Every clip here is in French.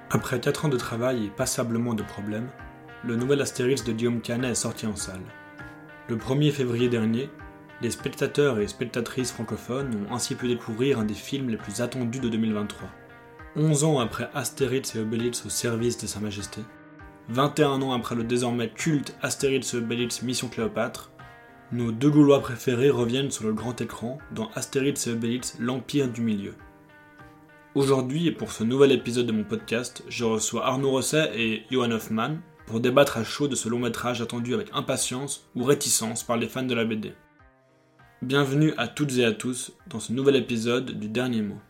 Après 4 ans de travail et passablement de problèmes, le nouvel Astérix de Guillaume Canet est sorti en salle. Le 1er février dernier, les spectateurs et les spectatrices francophones ont ainsi pu découvrir un des films les plus attendus de 2023. 11 ans après Astérix et Obélix au service de Sa Majesté, 21 ans après le désormais culte Astérix et Obélix Mission Cléopâtre, nos deux Gaulois préférés reviennent sur le grand écran dans Astérix et Obélix l'Empire du Milieu. Aujourd'hui, et pour ce nouvel épisode de mon podcast, je reçois Arnaud Rosset et Johan Hoffman pour débattre à chaud de ce long métrage attendu avec impatience ou réticence par les fans de la BD. Bienvenue à toutes et à tous dans ce nouvel épisode du Dernier Mot.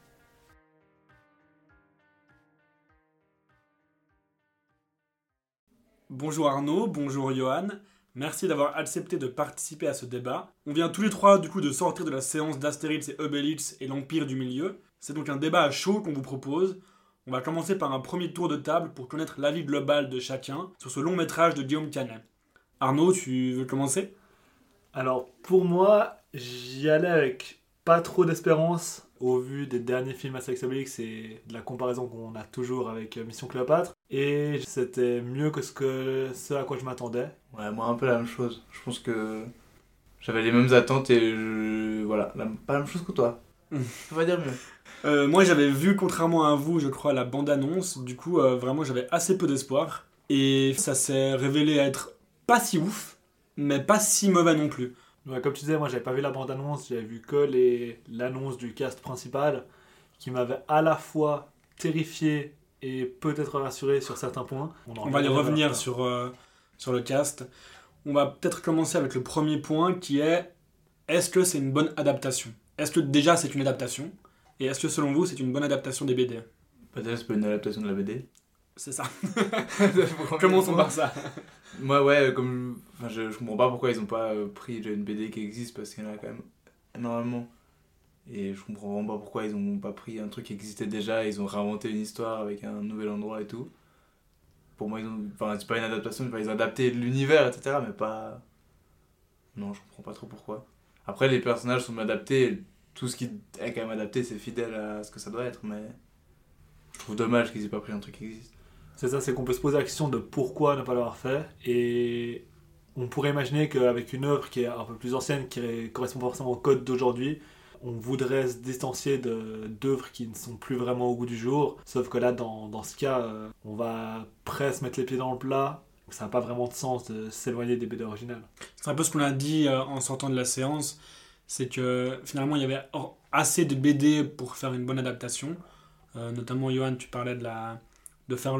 Bonjour Arnaud, bonjour Johan, merci d'avoir accepté de participer à ce débat. On vient tous les trois du coup de sortir de la séance d'Astérix et Obélix et l'Empire du Milieu. C'est donc un débat à chaud qu'on vous propose. On va commencer par un premier tour de table pour connaître l'avis global de chacun sur ce long métrage de Guillaume Canet. Arnaud, tu veux commencer ? Alors pour moi, j'y allais avec pas trop d'espérance au vu des derniers films Astérix et Obélix et de la comparaison qu'on a toujours avec Mission Cléopâtre. Et c'était mieux que ce à quoi je m'attendais. Ouais, moi un peu la même chose. Je pense que j'avais les mêmes attentes et voilà, pas la même chose que toi. Je peux pas dire mieux. Moi j'avais vu, contrairement à vous, je crois, la bande-annonce. Du coup, vraiment j'avais assez peu d'espoir. Et ça s'est révélé être pas si ouf, mais pas si mauvais non plus. Ouais, comme tu disais, moi j'avais pas vu la bande-annonce, j'avais vu que l'annonce du cast principal qui m'avait à la fois terrifié et peut-être rassuré sur certains points. On va y revenir sur le cast. On va peut-être commencer avec le premier point qui est: est-ce que c'est une bonne adaptation ? Est-ce que déjà c'est une adaptation ? Et est-ce que selon vous c'est une bonne adaptation des BD ? Peut-être c'est pas une adaptation de la BD. C'est ça. Commençons par ça. Moi ouais, je comprends pas pourquoi ils ont pas pris une BD qui existe, parce qu'il y en a quand même énormément. Et je comprends vraiment pas pourquoi ils ont pas pris un truc qui existait déjà, ils ont réinventé une histoire avec un nouvel endroit et tout. Pour moi, c'est pas une adaptation, ils ont adapté l'univers, etc. Mais pas... Non, je comprends pas trop pourquoi. Après, les personnages sont adaptés, tout ce qui est quand même adapté, c'est fidèle à ce que ça doit être, mais... Je trouve dommage qu'ils aient pas pris un truc qui existe. C'est ça, c'est qu'on peut se poser la question de pourquoi ne pas l'avoir fait. Et on pourrait imaginer qu'avec une œuvre qui est un peu plus ancienne, qui correspond pas forcément au code d'aujourd'hui, on voudrait se distancier d'œuvres qui ne sont plus vraiment au goût du jour. Sauf que là, dans ce cas, on va presque mettre les pieds dans le plat. Ça n'a pas vraiment de sens de s'éloigner des BD originales. C'est un peu ce qu'on a dit en sortant de la séance. C'est que finalement, il y avait assez de BD pour faire une bonne adaptation. Notamment, Johan, tu parlais de faire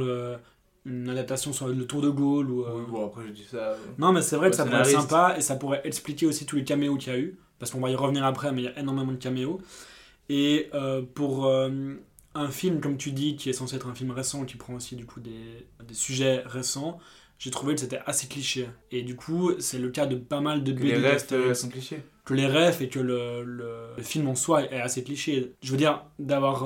une adaptation sur le Tour de Gaulle. Ou, Oui, bon, après, je dis ça... Non, mais c'est vrai que ça pourrait être scénariste. sympa et ça pourrait expliquer aussi tous les caméos qu'il y a eu. Parce qu'on va y revenir après, mais il y a énormément de caméos. Et pour un film, comme tu dis, qui est censé être un film récent, qui prend aussi du coup des sujets récents, j'ai trouvé que c'était assez cliché. Et du coup, c'est le cas de pas mal de Que BD les refs d'Astérix. sont clichés. Que les refs et que le film en soi est assez cliché. Je veux dire, d'avoir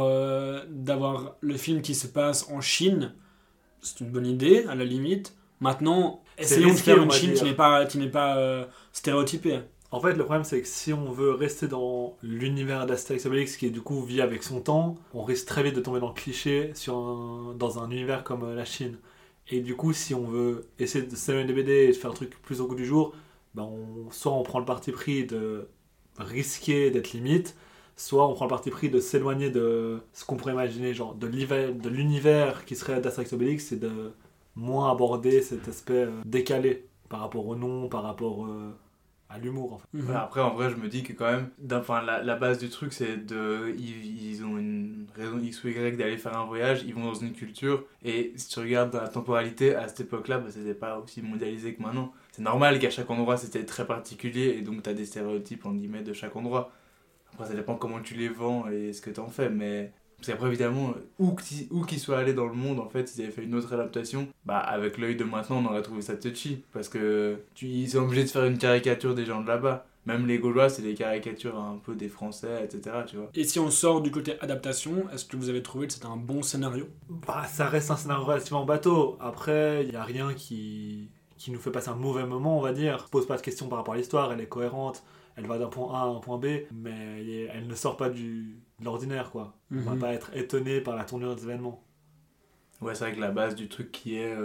le film qui se passe en Chine, c'est une bonne idée, à la limite. Maintenant, essayons de faire une Chine qui n'est pas stéréotypée. En fait, le problème, c'est que si on veut rester dans l'univers d'Astérix et Obélix, qui du coup vit avec son temps, on risque très vite de tomber dans le cliché dans un univers comme la Chine. Et du coup, si on veut essayer de s'éloigner des BD et de faire un truc plus au goût du jour, soit on prend le parti pris de risquer d'être limite, soit on prend le parti pris de s'éloigner de ce qu'on pourrait imaginer, genre de l'univers qui serait d'Astérix et Obélix, et de moins aborder cet aspect décalé par rapport au nom, par rapport à l'humour en fait. Ouais, après, en vrai, je me dis que quand même, la base du truc, c'est ils ont une raison X ou Y d'aller faire un voyage, ils vont dans une culture, et si tu regardes dans la temporalité, à cette époque-là, c'était pas aussi mondialisé que maintenant. C'est normal qu'à chaque endroit, c'était très particulier, et donc t'as des stéréotypes, en guillemets, de chaque endroit. Après, ça dépend comment tu les vends et ce que t'en fais, mais... Parce qu'après, évidemment, où qu'ils soient allés dans le monde, en fait, s'ils avaient fait une autre adaptation, avec l'œil de maintenant, on aurait trouvé ça touchy. Parce que ils sont obligés de faire une caricature des gens de là-bas. Même les Gaulois, c'est des caricatures un peu des Français, etc. Tu vois. Et si on sort du côté adaptation, est-ce que vous avez trouvé que c'était un bon scénario ? Ça reste un scénario relativement bateau. Après, il n'y a rien qui nous fait passer un mauvais moment, on va dire. On ne se pose pas de questions par rapport à l'histoire, elle est cohérente. Elle va d'un point A à un point B, mais elle ne sort pas de l'ordinaire, quoi. On va pas être étonné par la tournure des événements. Ouais, c'est vrai que la base du truc qui est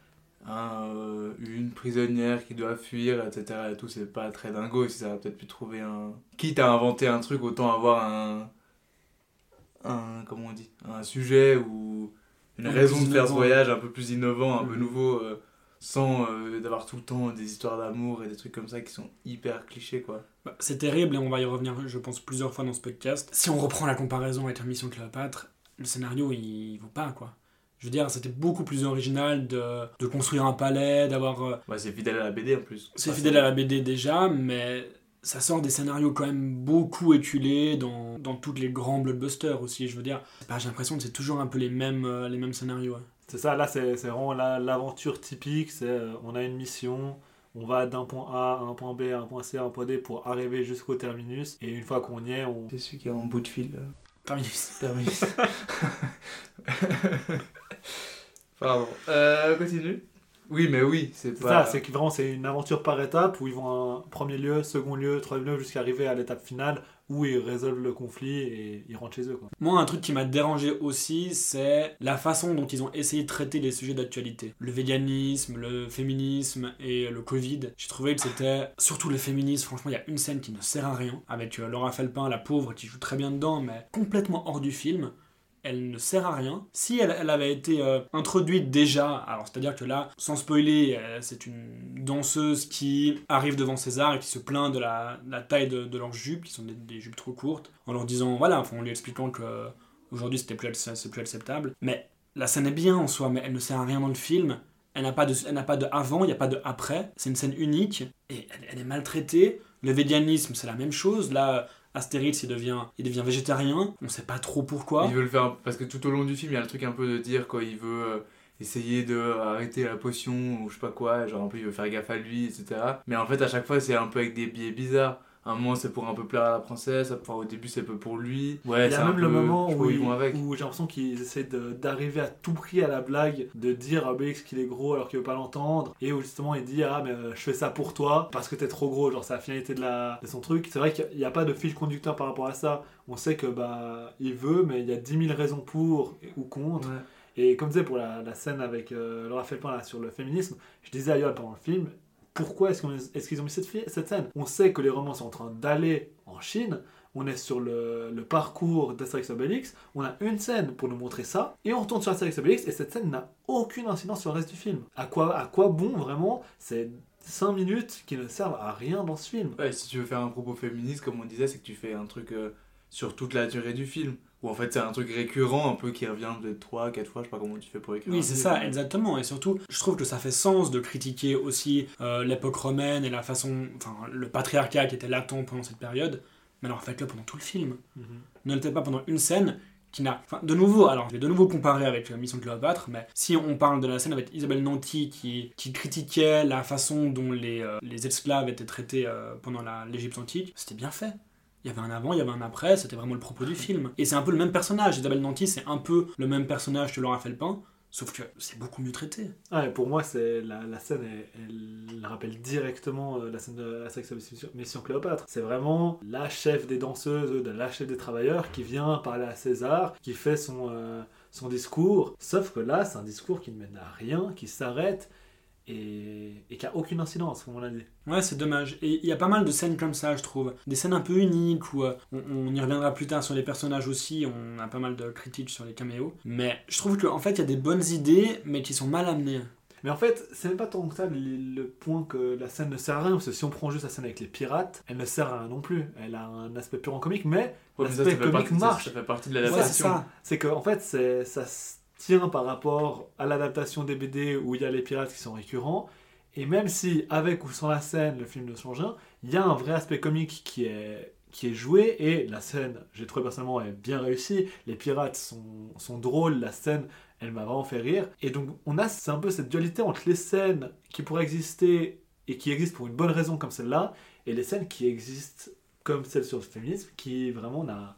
une prisonnière qui doit fuir, etc. Et tout, c'est pas très dingo. Si ça va peut-être pu trouver un. Quitte à inventer un truc, autant avoir comment on dit, un sujet ou une raison de faire ce voyage un peu plus innovant, un peu nouveau, sans d'avoir tout le temps des histoires d'amour et des trucs comme ça qui sont hyper clichés, quoi. Bah, c'est terrible et on va y revenir, je pense, plusieurs fois dans ce podcast. Si on reprend la comparaison avec la mission Cléopâtre, le scénario, il vaut pas, quoi. Je veux dire, c'était beaucoup plus original de construire un palais, d'avoir... Ouais, c'est fidèle à la BD en plus. C'est fidèle à la BD déjà, mais ça sort des scénarios quand même beaucoup éculés dans tous les grands blockbusters aussi. Je veux dire, j'ai l'impression que c'est toujours un peu les mêmes scénarios. Ouais. C'est ça, là c'est vraiment l'aventure typique, c'est on a une mission, on va d'un point A à un point B, à un point C, à un point D pour arriver jusqu'au terminus, et une fois qu'on y est, on... C'est celui qui est en bout de fil. Terminus. Pardon. Continue. Oui, mais oui, c'est C'est pas... ça, c'est que vraiment c'est une aventure par étape où ils vont à un premier lieu, second lieu, troisième lieu, jusqu'à arriver à l'étape finale où ils résolvent le conflit et ils rentrent chez eux, quoi. Moi, un truc qui m'a dérangé aussi, c'est la façon dont ils ont essayé de traiter les sujets d'actualité. Le véganisme, le féminisme et le Covid. J'ai trouvé que c'était, surtout le féminisme, franchement, il y a une scène qui ne sert à rien, avec Laura Felpin, la pauvre, qui joue très bien dedans, mais complètement hors du film. Elle ne sert à rien. Si elle avait été introduite déjà, alors c'est-à-dire que là, sans spoiler, c'est une danseuse qui arrive devant César et qui se plaint de la taille de leurs jupes, qui sont des jupes trop courtes, en leur disant, voilà, en lui expliquant que aujourd'hui c'est plus acceptable. Mais la scène est bien en soi, mais elle ne sert à rien dans le film. Elle n'a pas de avant, il n'y a pas de après. C'est une scène unique et elle est maltraitée. Le véganisme, c'est la même chose. Là, Astérix, il devient végétarien, on sait pas trop pourquoi. Il veut le faire parce que tout au long du film, il y a le truc un peu de dire quoi, il veut essayer de arrêter la potion ou je sais pas quoi, genre un peu il veut faire gaffe à lui, etc. Mais en fait, à chaque fois, c'est un peu avec des biais bizarres. À un moment, c'est pour un peu plaire à la princesse, enfin, au début, c'est un peu pour lui. Ouais, il y a même le moment où, ils vont avec. où j'ai l'impression qu'ils essaient d'arriver à tout prix à la blague, de dire à Obélix qu'il est gros alors qu'il veut pas l'entendre, et où justement il dit ah mais je fais ça pour toi parce que t'es trop gros, genre c'est la finalité de son truc. C'est vrai qu'il n'y a pas de fil conducteur par rapport à ça. On sait que bah il veut, mais il y a 10 000 raisons pour ou contre. Ouais. Et comme tu sais, pour la scène avec Laura Felpin là, sur le féminisme, je disais à Yoann pendant le film, pourquoi est-ce qu'ils ont mis cette scène ? On sait que les romans sont en train d'aller en Chine, on est sur le parcours d'Astérix Obélix, on a une scène pour nous montrer ça, et on retourne sur Astérix Obélix, et cette scène n'a aucune incidence sur le reste du film. À quoi bon vraiment ? C'est 5 minutes qui ne servent à rien dans ce film. Ouais, si tu veux faire un propos féministe, comme on disait, c'est que tu fais un truc sur toute la durée du film. Ou en fait c'est un truc récurrent, un peu qui revient de 3-4 fois, je sais pas comment tu fais pour écrire. Oui, c'est ça, exactement. Et surtout, je trouve que ça fait sens de critiquer aussi l'époque romaine et la façon, enfin, le patriarcat qui était latent pendant cette période. Mais alors faites-le pendant tout le film. Ne le faites pas pendant une scène qui n'a... Enfin, de nouveau, alors je vais de nouveau comparer avec la mission Cléopâtre, mais si on parle de la scène avec Isabelle Nanty qui critiquait la façon dont les esclaves étaient traités pendant l'Égypte antique, c'était bien fait. Il y avait un avant, il y avait un après, c'était vraiment le propos du film. Et c'est un peu le même personnage. Isabelle Nanty, c'est un peu le même personnage que Laura Felpin, sauf que c'est beaucoup mieux traité. Ouais, pour moi, c'est la scène, elle rappelle directement la scène de la Mission Cléopâtre. C'est vraiment la chef des danseuses, la chef des travailleurs qui vient parler à César, qui fait son discours. Sauf que là, c'est un discours qui ne mène à rien, qui s'arrête et qui a aucune incidence, comme on l'a dit. Ouais, c'est dommage. Et il y a pas mal de scènes comme ça, je trouve. Des scènes un peu uniques, où on y reviendra plus tard sur les personnages aussi, on a pas mal de critiques sur les caméos. Mais je trouve qu'en fait, il y a des bonnes idées, mais qui sont mal amenées. Mais en fait, c'est même pas tant que ça le point que la scène ne sert à rien, parce que si on prend juste la scène avec les pirates, elle ne sert à rien non plus. Elle a un aspect purement comique, mais l'aspect comique marche. Ça fait partie de l'adaptation. Ouais, c'est qu'en fait, ça tient par rapport à l'adaptation des BD où il y a les pirates qui sont récurrents, et même si avec ou sans la scène le film ne change rien, il y a un vrai aspect comique qui est joué, et la scène, j'ai trouvé personnellement, est bien réussie. Les pirates sont drôles, la scène elle m'a vraiment fait rire, et donc c'est un peu cette dualité entre les scènes qui pourraient exister et qui existent pour une bonne raison comme celle-là, et les scènes qui existent comme celle sur le féminisme qui vraiment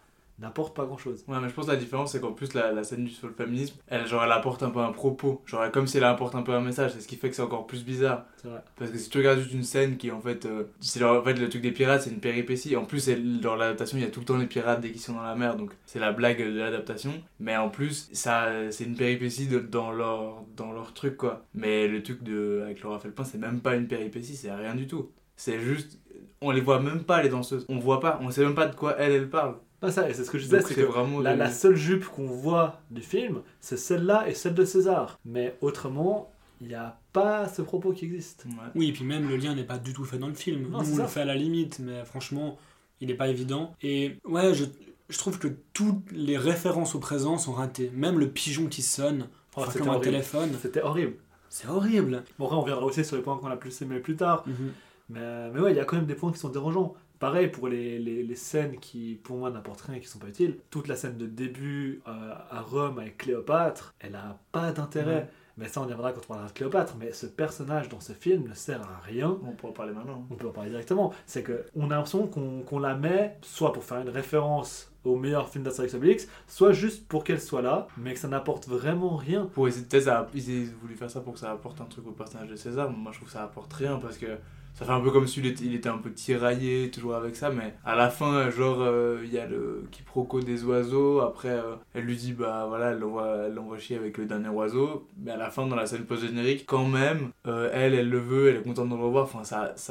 n'apporte pas grand-chose. Ouais, mais je pense que la différence, c'est qu'en plus, la scène sur le féminisme, elle apporte un peu un propos. Genre, comme si elle apporte un peu un message. C'est ce qui fait que c'est encore plus bizarre. C'est vrai. Parce que si tu regardes juste une scène qui, en fait, c'est genre, en fait, le truc des pirates, c'est une péripétie. En plus, dans l'adaptation, il y a tout le temps les pirates dès qu'ils sont dans la mer. Donc, c'est la blague de l'adaptation. Mais en plus, c'est une péripétie dans leur truc, quoi. Mais le truc avec Laura Felpin, c'est même pas une péripétie, c'est rien du tout. C'est juste. On les voit même pas, les danseuses. On voit pas, on sait même pas de quoi elle parle. Ah, ça, et c'est ce que je disais, Donc, c'est que vraiment la seule jupe qu'on voit du film, c'est celle-là et celle de César. Mais autrement, il n'y a pas ce propos qui existe. Ouais. Oui, et puis même le lien n'est pas du tout fait dans le film. Non, Nous, c'est on ça. le fait à la limite, mais franchement, il n'est pas évident. Et ouais, je trouve que toutes les références au présent sont ratées. Même le pigeon qui sonne, Oh, enfin, c'était comme un horrible. téléphone, C'était horrible. c'est horrible. Bon, après, on reviendra aussi sur les points qu'on a plus aimés plus tard. Mais ouais, il y a quand même des points qui sont dérangeants. Pareil pour les scènes qui, pour moi, n'apportent rien et qui sont pas utiles. Toute la scène de début à Rome avec Cléopâtre, elle a pas d'intérêt. Ouais. Mais ça, on y reviendra quand on parlera de Cléopâtre. Mais ce personnage dans ce film ne sert à rien. On peut en parler maintenant. On peut en parler directement. C'est qu'on a l'impression qu'on la met soit pour faire une référence au meilleur film d'Astérix Obélix, soit juste pour qu'elle soit là, mais que ça n'apporte vraiment rien. Pour essayer, peut-être ils ont voulu faire ça pour que ça apporte un truc au personnage de César, mais moi je trouve que ça apporte rien parce que ça fait un peu comme s'il était un peu tiraillé, toujours avec ça, mais à la fin, genre, il y a le quiproquo des oiseaux, après elle lui dit, bah voilà, elle l'envoie chier avec le dernier oiseau, mais à la fin, dans la scène post-générique, quand même, elle le veut, elle est contente de le revoir, enfin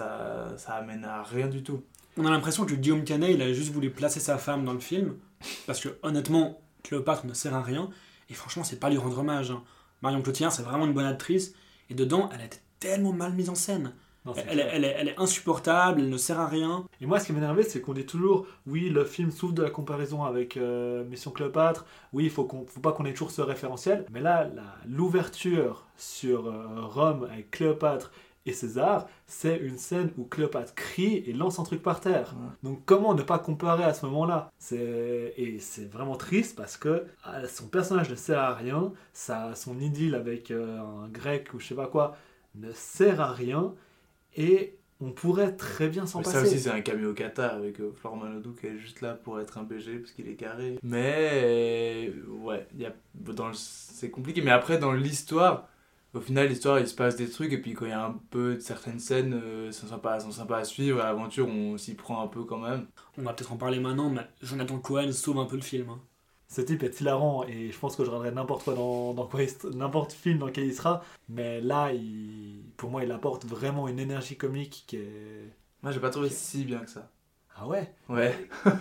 ça amène à rien du tout. On a l'impression que Guillaume Canet, il a juste voulu placer sa femme dans le film, parce que honnêtement, Cléopâtre ne sert à rien, et franchement, c'est pas lui rendre hommage. Marion Cotillard, c'est vraiment une bonne actrice, et dedans, elle a été tellement mal mise en scène. Non, c'est Elle clair. est insupportable, elle ne sert à rien. Et moi, ce qui m'énervait, c'est qu'on dit toujours, oui, le film souffre de la comparaison avec Mission Cléopâtre, oui, faut pas qu'on ait toujours ce référentiel, mais là, l'ouverture sur Rome avec Cléopâtre et César, c'est une scène où Cléopâtre crie et lance un truc par terre. Ouais. Donc comment ne pas comparer à ce moment-là ? Et c'est vraiment triste parce que son personnage ne sert à rien, son idylle avec un grec ou je sais pas quoi ne sert à rien, et on pourrait très bien s'en Mais passer. ça aussi, c'est un cameo kata avec Florent Manodou qui est juste là pour être un BG parce qu'il est carré. Mais ouais, c'est compliqué. Mais après, dans l'histoire, au final, l'histoire, il se passe des trucs. Et puis quand il y a un peu de certaines scènes, sont sympas à suivre. À l'aventure, on s'y prend un peu quand même. On va peut-être en parler maintenant, mais Jonathan Cohen sauve un peu le film. Ce type est hilarant et je pense que je regarderai n'importe quoi n'importe film dans lequel il sera. Mais là, pour moi, il apporte vraiment une énergie comique qui est... Moi, j'ai pas trouvé si bien que ça. Ah ouais. Ouais.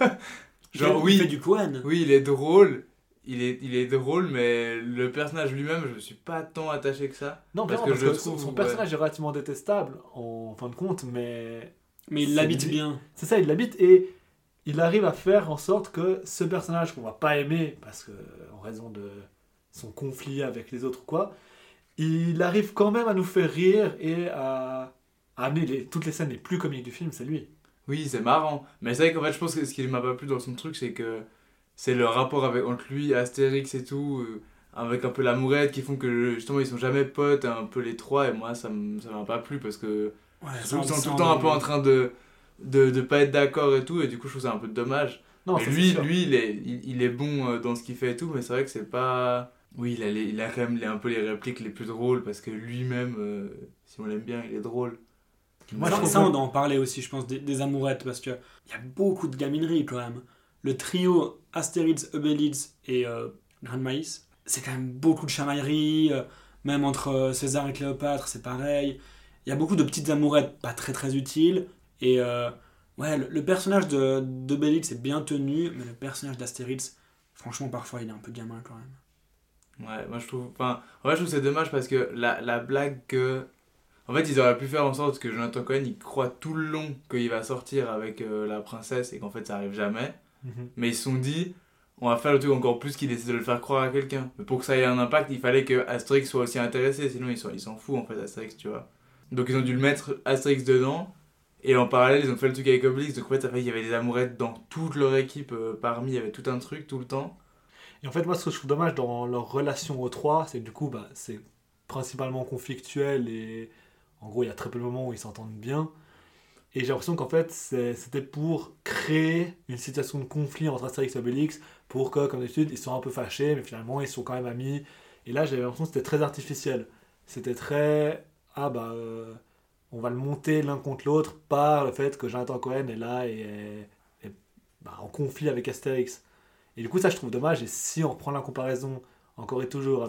Genre, Genre, oui. Il fait du Cohen. Oui, il est drôle. Il est drôle, mais le personnage lui-même, je me suis pas tant attaché que ça. Non, Parce vraiment, que parce je que son trouve, personnage est relativement détestable en fin de compte, mais Mais il C'est l'habite lui. bien. c'est ça, il l'habite et il arrive à faire en sorte que ce personnage qu'on va pas aimer, parce que en raison de son conflit avec les autres ou quoi, il arrive quand même à nous faire rire et à amener toutes les scènes les plus comiques du film, c'est lui. Oui, c'est marrant. Mais c'est vrai qu'en fait, je pense que ce qui m'a pas plu dans son truc, c'est que c'est le rapport entre lui, Astérix et tout, avec un peu l'amourette qui font que justement ils sont jamais potes, un peu les trois, et moi ça m'a pas plu parce que Ouais, je trouve qu'ils sont tout le temps un peu en train de pas être d'accord et tout, et du coup je trouve ça un peu dommage. Non, Mais ça, lui, c'est sûr. il est bon dans ce qu'il fait et tout, mais c'est vrai que c'est pas. Oui, il a quand même un peu les répliques les plus drôles parce que lui-même, si on l'aime bien, il est drôle. Moi, je Ça, trouve ça, que- on doit en parler aussi, je pense, des amourettes, parce qu'il y a beaucoup de gaminerie quand même. Le trio Astérix, Obélix et Grain de Maïs, c'est quand même beaucoup de chamaillerie, même entre César et Cléopâtre, c'est pareil. Il y a beaucoup de petites amourettes pas très très utiles, et ouais, le personnage d'Obélix est bien tenu, mais le personnage d'Astérix, franchement, parfois, il est un peu gamin quand même. Ouais, moi je trouve. Enfin, en vrai, je trouve que c'est dommage parce que la blague que. En fait, ils auraient pu faire en sorte que Jonathan Cohen il croit tout le long qu'il va sortir avec la princesse et qu'en fait ça arrive jamais. Mais ils se sont dit, on va faire le truc encore plus qu'il essaie de le faire croire à quelqu'un. Mais pour que ça ait un impact, il fallait que Astérix soit aussi intéressé, sinon il s'en fout en fait, Astérix, tu vois. Donc ils ont dû le mettre Astérix dedans, et en parallèle, ils ont fait le truc avec Obélix, donc en fait, ça fait qu'il y avait des amourettes dans toute leur équipe, parmi, il y avait tout un truc tout le temps. Et en fait, moi, ce que je trouve dommage dans leur relation aux trois, c'est que du coup, c'est principalement conflictuel et en gros, il y a très peu de moments où ils s'entendent bien. Et j'ai l'impression qu'en fait, c'était pour créer une situation de conflit entre Astérix et Obélix, pour que, comme d'habitude, ils sont un peu fâchés, mais finalement, ils sont quand même amis. Et là, j'avais l'impression que c'était très artificiel. C'était très... on va le monter l'un contre l'autre par le fait que Jonathan Cohen est là et en conflit avec Astérix. Et du coup, ça, je trouve dommage. Et si on reprend la comparaison, encore et toujours,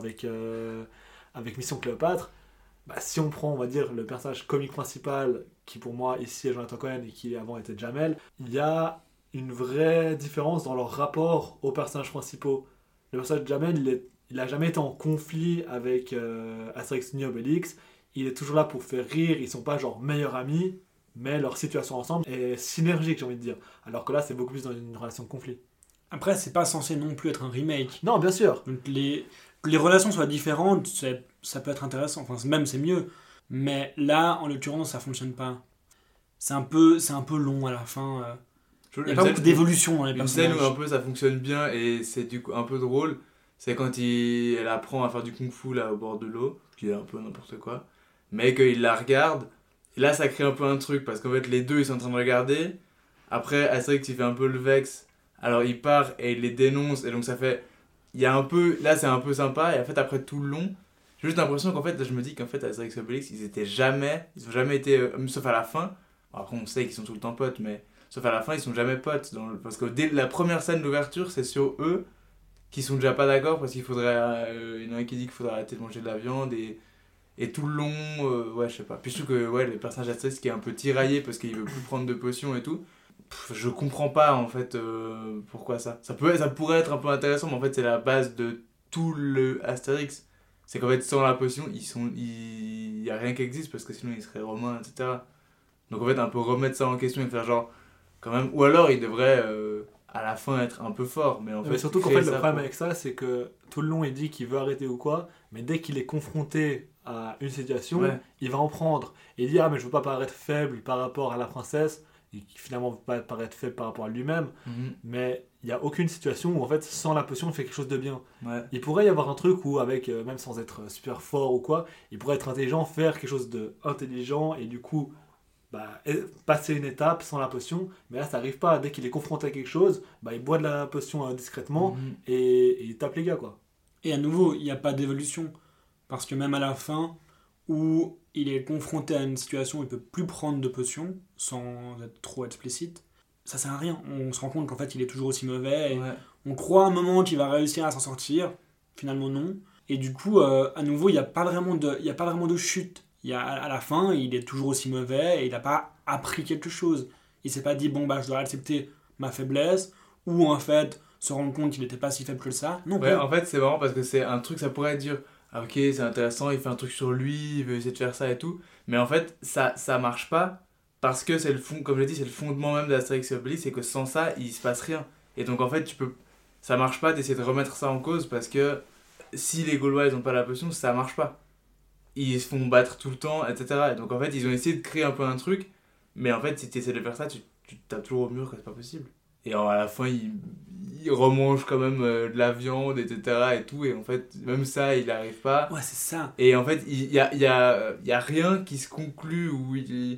avec Mission Cléopâtre, si on prend, on va dire, le personnage comique principal, qui pour moi, ici, est Jonathan Cohen et qui avant était Jamel, il y a une vraie différence dans leur rapport aux personnages principaux. Le personnage de Jamel, il a jamais été en conflit avec Astérix ni Obélix. Il est toujours là pour faire rire. Ils sont pas genre meilleurs amis, mais leur situation ensemble est synergique, j'ai envie de dire. Alors que là, c'est beaucoup plus dans une relation de conflit. Après, c'est pas censé non plus être un remake. Non, bien sûr. Donc que les relations soient différentes, ça peut être intéressant. Enfin, même c'est mieux. Mais là, en l'occurrence, ça fonctionne pas. C'est un peu long à la fin. Il n'y a pas beaucoup d'évolution dans les personnages. Une scène où un peu ça fonctionne bien et c'est du coup un peu drôle, c'est quand elle apprend à faire du kung-fu là au bord de l'eau, qui est un peu n'importe quoi, mais qu'il la regarde, et là ça crée un peu un truc, parce qu'en fait les deux ils sont en train de regarder, après Astérix il fait un peu le vex, alors il part et il les dénonce, et donc ça fait, il y a un peu, là c'est un peu sympa, et en fait après tout le long, j'ai juste l'impression qu'en fait, là, je me dis qu'en fait Astérix et Obélix ils ont jamais été, sauf à la fin, après on sait qu'ils sont tout le temps potes, mais sauf à la fin, ils sont jamais potes. Parce que dès la première scène d'ouverture, c'est sur eux qui sont déjà pas d'accord parce qu'il faudrait. Il y en a un qui dit qu'il faudrait arrêter de manger de la viande et tout le long. Ouais, je sais pas. Puis je trouve que le personnage d'Astérix qui est un peu tiraillé parce qu'il veut plus prendre de potions et tout. Je comprends pas en fait pourquoi ça. Ça pourrait être un peu intéressant, mais en fait, c'est la base de tout le Astérix. C'est qu'en fait, sans la potion, il y a rien qui existe parce que sinon ils seraient romains, etc. Donc en fait, un peu remettre ça en question et faire genre. Quand même, ou alors il devrait à la fin être un peu fort, mais en fait surtout qu'en fait le problème avec ça, c'est que tout le long il dit qu'il veut arrêter ou quoi, mais dès qu'il est confronté à une situation, il va en prendre et il dit mais je veux pas paraître faible par rapport à la princesse, et qui finalement veut pas paraître faible par rapport à lui-même, mais il y a aucune situation où en fait sans la potion il fait quelque chose de bien. Il pourrait y avoir un truc où avec même sans être super fort ou quoi, il pourrait être intelligent, faire quelque chose de intelligent et du coup passer une étape sans la potion, mais là ça arrive pas. Dès qu'il est confronté à quelque chose, il boit de la potion discrètement et il tape les gars quoi. Et à nouveau, il n'y a pas d'évolution, parce que même à la fin où il est confronté à une situation où il peut plus prendre de potion sans être trop explicite, ça sert à rien. On se rend compte qu'en fait il est toujours aussi mauvais et on croit un moment qu'il va réussir à s'en sortir, finalement non, et du coup à nouveau il n'y a pas vraiment de chute. À la fin, il est toujours aussi mauvais et il n'a pas appris quelque chose. Il s'est pas dit, je dois accepter ma faiblesse, ou en fait, se rendre compte qu'il n'était pas si faible que ça. Non, en fait, c'est marrant parce que c'est un truc, ça pourrait être dire, ok, c'est intéressant, il fait un truc sur lui, il veut essayer de faire ça et tout. Mais en fait, ça marche pas parce que c'est comme je l'ai dit, c'est le fondement même d'Astérix et Obélix, c'est que sans ça, il se passe rien. Et donc en fait, ça marche pas d'essayer de remettre ça en cause parce que si les Gaulois ils ont pas la potion, ça marche pas. Ils se font battre tout le temps, etc. Et donc en fait, ils ont essayé de créer un peu un truc, mais en fait, si tu essaies de faire ça, tu tapes toujours au mur que c'est pas possible. Et à la fin, ils remangent quand même de la viande, etc. et tout, et en fait, même ça, il n'arrive pas. Ouais, c'est ça. Et en fait, il y a rien qui se conclut où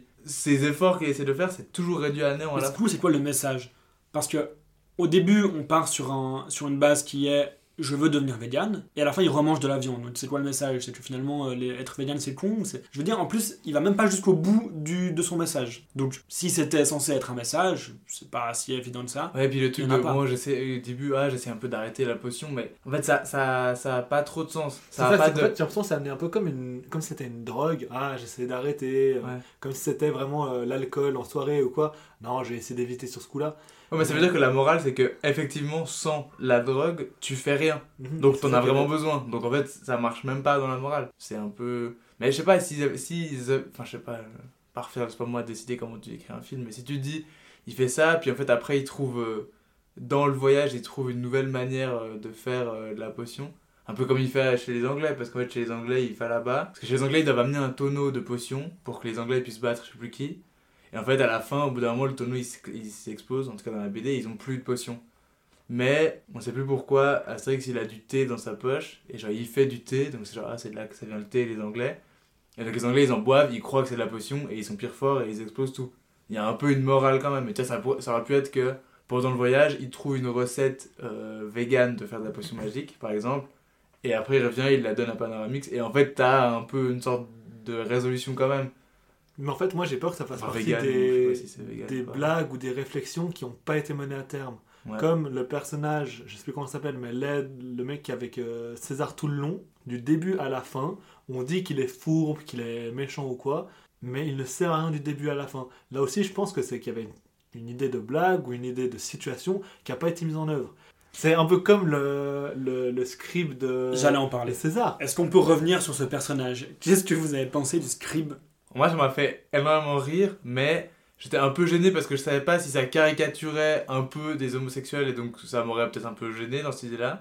ces efforts qu'il essaie de faire, c'est toujours réduit à néant. Mais du coup, c'est quoi le message ? Parce que au début, on part sur une base qui est je veux devenir vegan, et à la fin il remange de la viande. Donc c'est quoi le message ? C'est que finalement être vegan c'est con. Je veux dire, en plus il va même pas jusqu'au bout de son message. Donc si c'était censé être un message, c'est pas si évident que ça. Ouais, et puis le truc de moi j'essaie au début, j'essaie un peu d'arrêter la potion, mais en fait ça a pas trop de sens. Ça a pas de... En fait, j'ai l'impression que ça amenait un peu comme si c'était une drogue. J'essaie d'arrêter, comme si c'était vraiment l'alcool en soirée ou quoi. Non, j'ai essayé d'éviter sur ce coup-là. Ouais, mais ça veut dire que la morale, c'est que effectivement, sans la drogue, tu fais rien. Donc t'en as vraiment besoin. Donc en fait, ça marche même pas dans la morale. C'est un peu... Mais je sais pas, enfin je sais pas, parfait, c'est pas moi de décider comment tu écris un film, mais si tu te dis, il fait ça, puis en fait après il trouve, dans le voyage, il trouve une nouvelle manière de faire de la potion. Un peu comme il fait chez les Anglais, parce qu'en fait chez les Anglais, il fait là-bas. Parce que chez les Anglais, ils doivent amener un tonneau de potions pour que les Anglais puissent battre je sais plus qui. Et en fait, à la fin, au bout d'un moment, le tonneau il s'explose. En tout cas, dans la BD, ils ont plus de potions. Mais on sait plus pourquoi Astérix il a du thé dans sa poche. Et genre, il fait du thé. Donc c'est genre, c'est de là que ça vient le thé, les Anglais. Et donc les Anglais ils en boivent, ils croient que c'est de la potion. Et ils sont pire forts et ils explosent tout. il y a un peu une morale quand même. Et tu vois, ça aurait pu être que pendant le voyage, il trouve une recette vegan de faire de la potion magique, par exemple, et après il revient, il la donne à Panoramix, et en fait, t'as un peu une sorte de résolution quand même. Mais en fait, moi j'ai peur que ça fasse partie Vegan, je sais pas si c'est vegan, des quoi. blagues ou des réflexions qui n'ont pas été menées à terme. Ouais. Comme le personnage, je sais plus comment il s'appelle, mais le mec qui est avec César tout le long, du début à la fin, on dit qu'il est fourbe, qu'il est méchant ou quoi, mais il ne sert à rien du début à la fin. Là aussi, je pense que c'est qu'il y avait une idée de blague ou une idée de situation qui n'a pas été mise en œuvre. C'est un peu comme le scribe de J'allais en parler. César. Est-ce qu'on peut revenir sur ce personnage? Qu'est-ce que vous avez pensé du scribe? Moi, ça m'a fait énormément rire, mais j'étais un peu gêné parce que je savais pas si ça caricaturait un peu des homosexuels et donc ça m'aurait peut-être un peu gêné dans cette idée-là.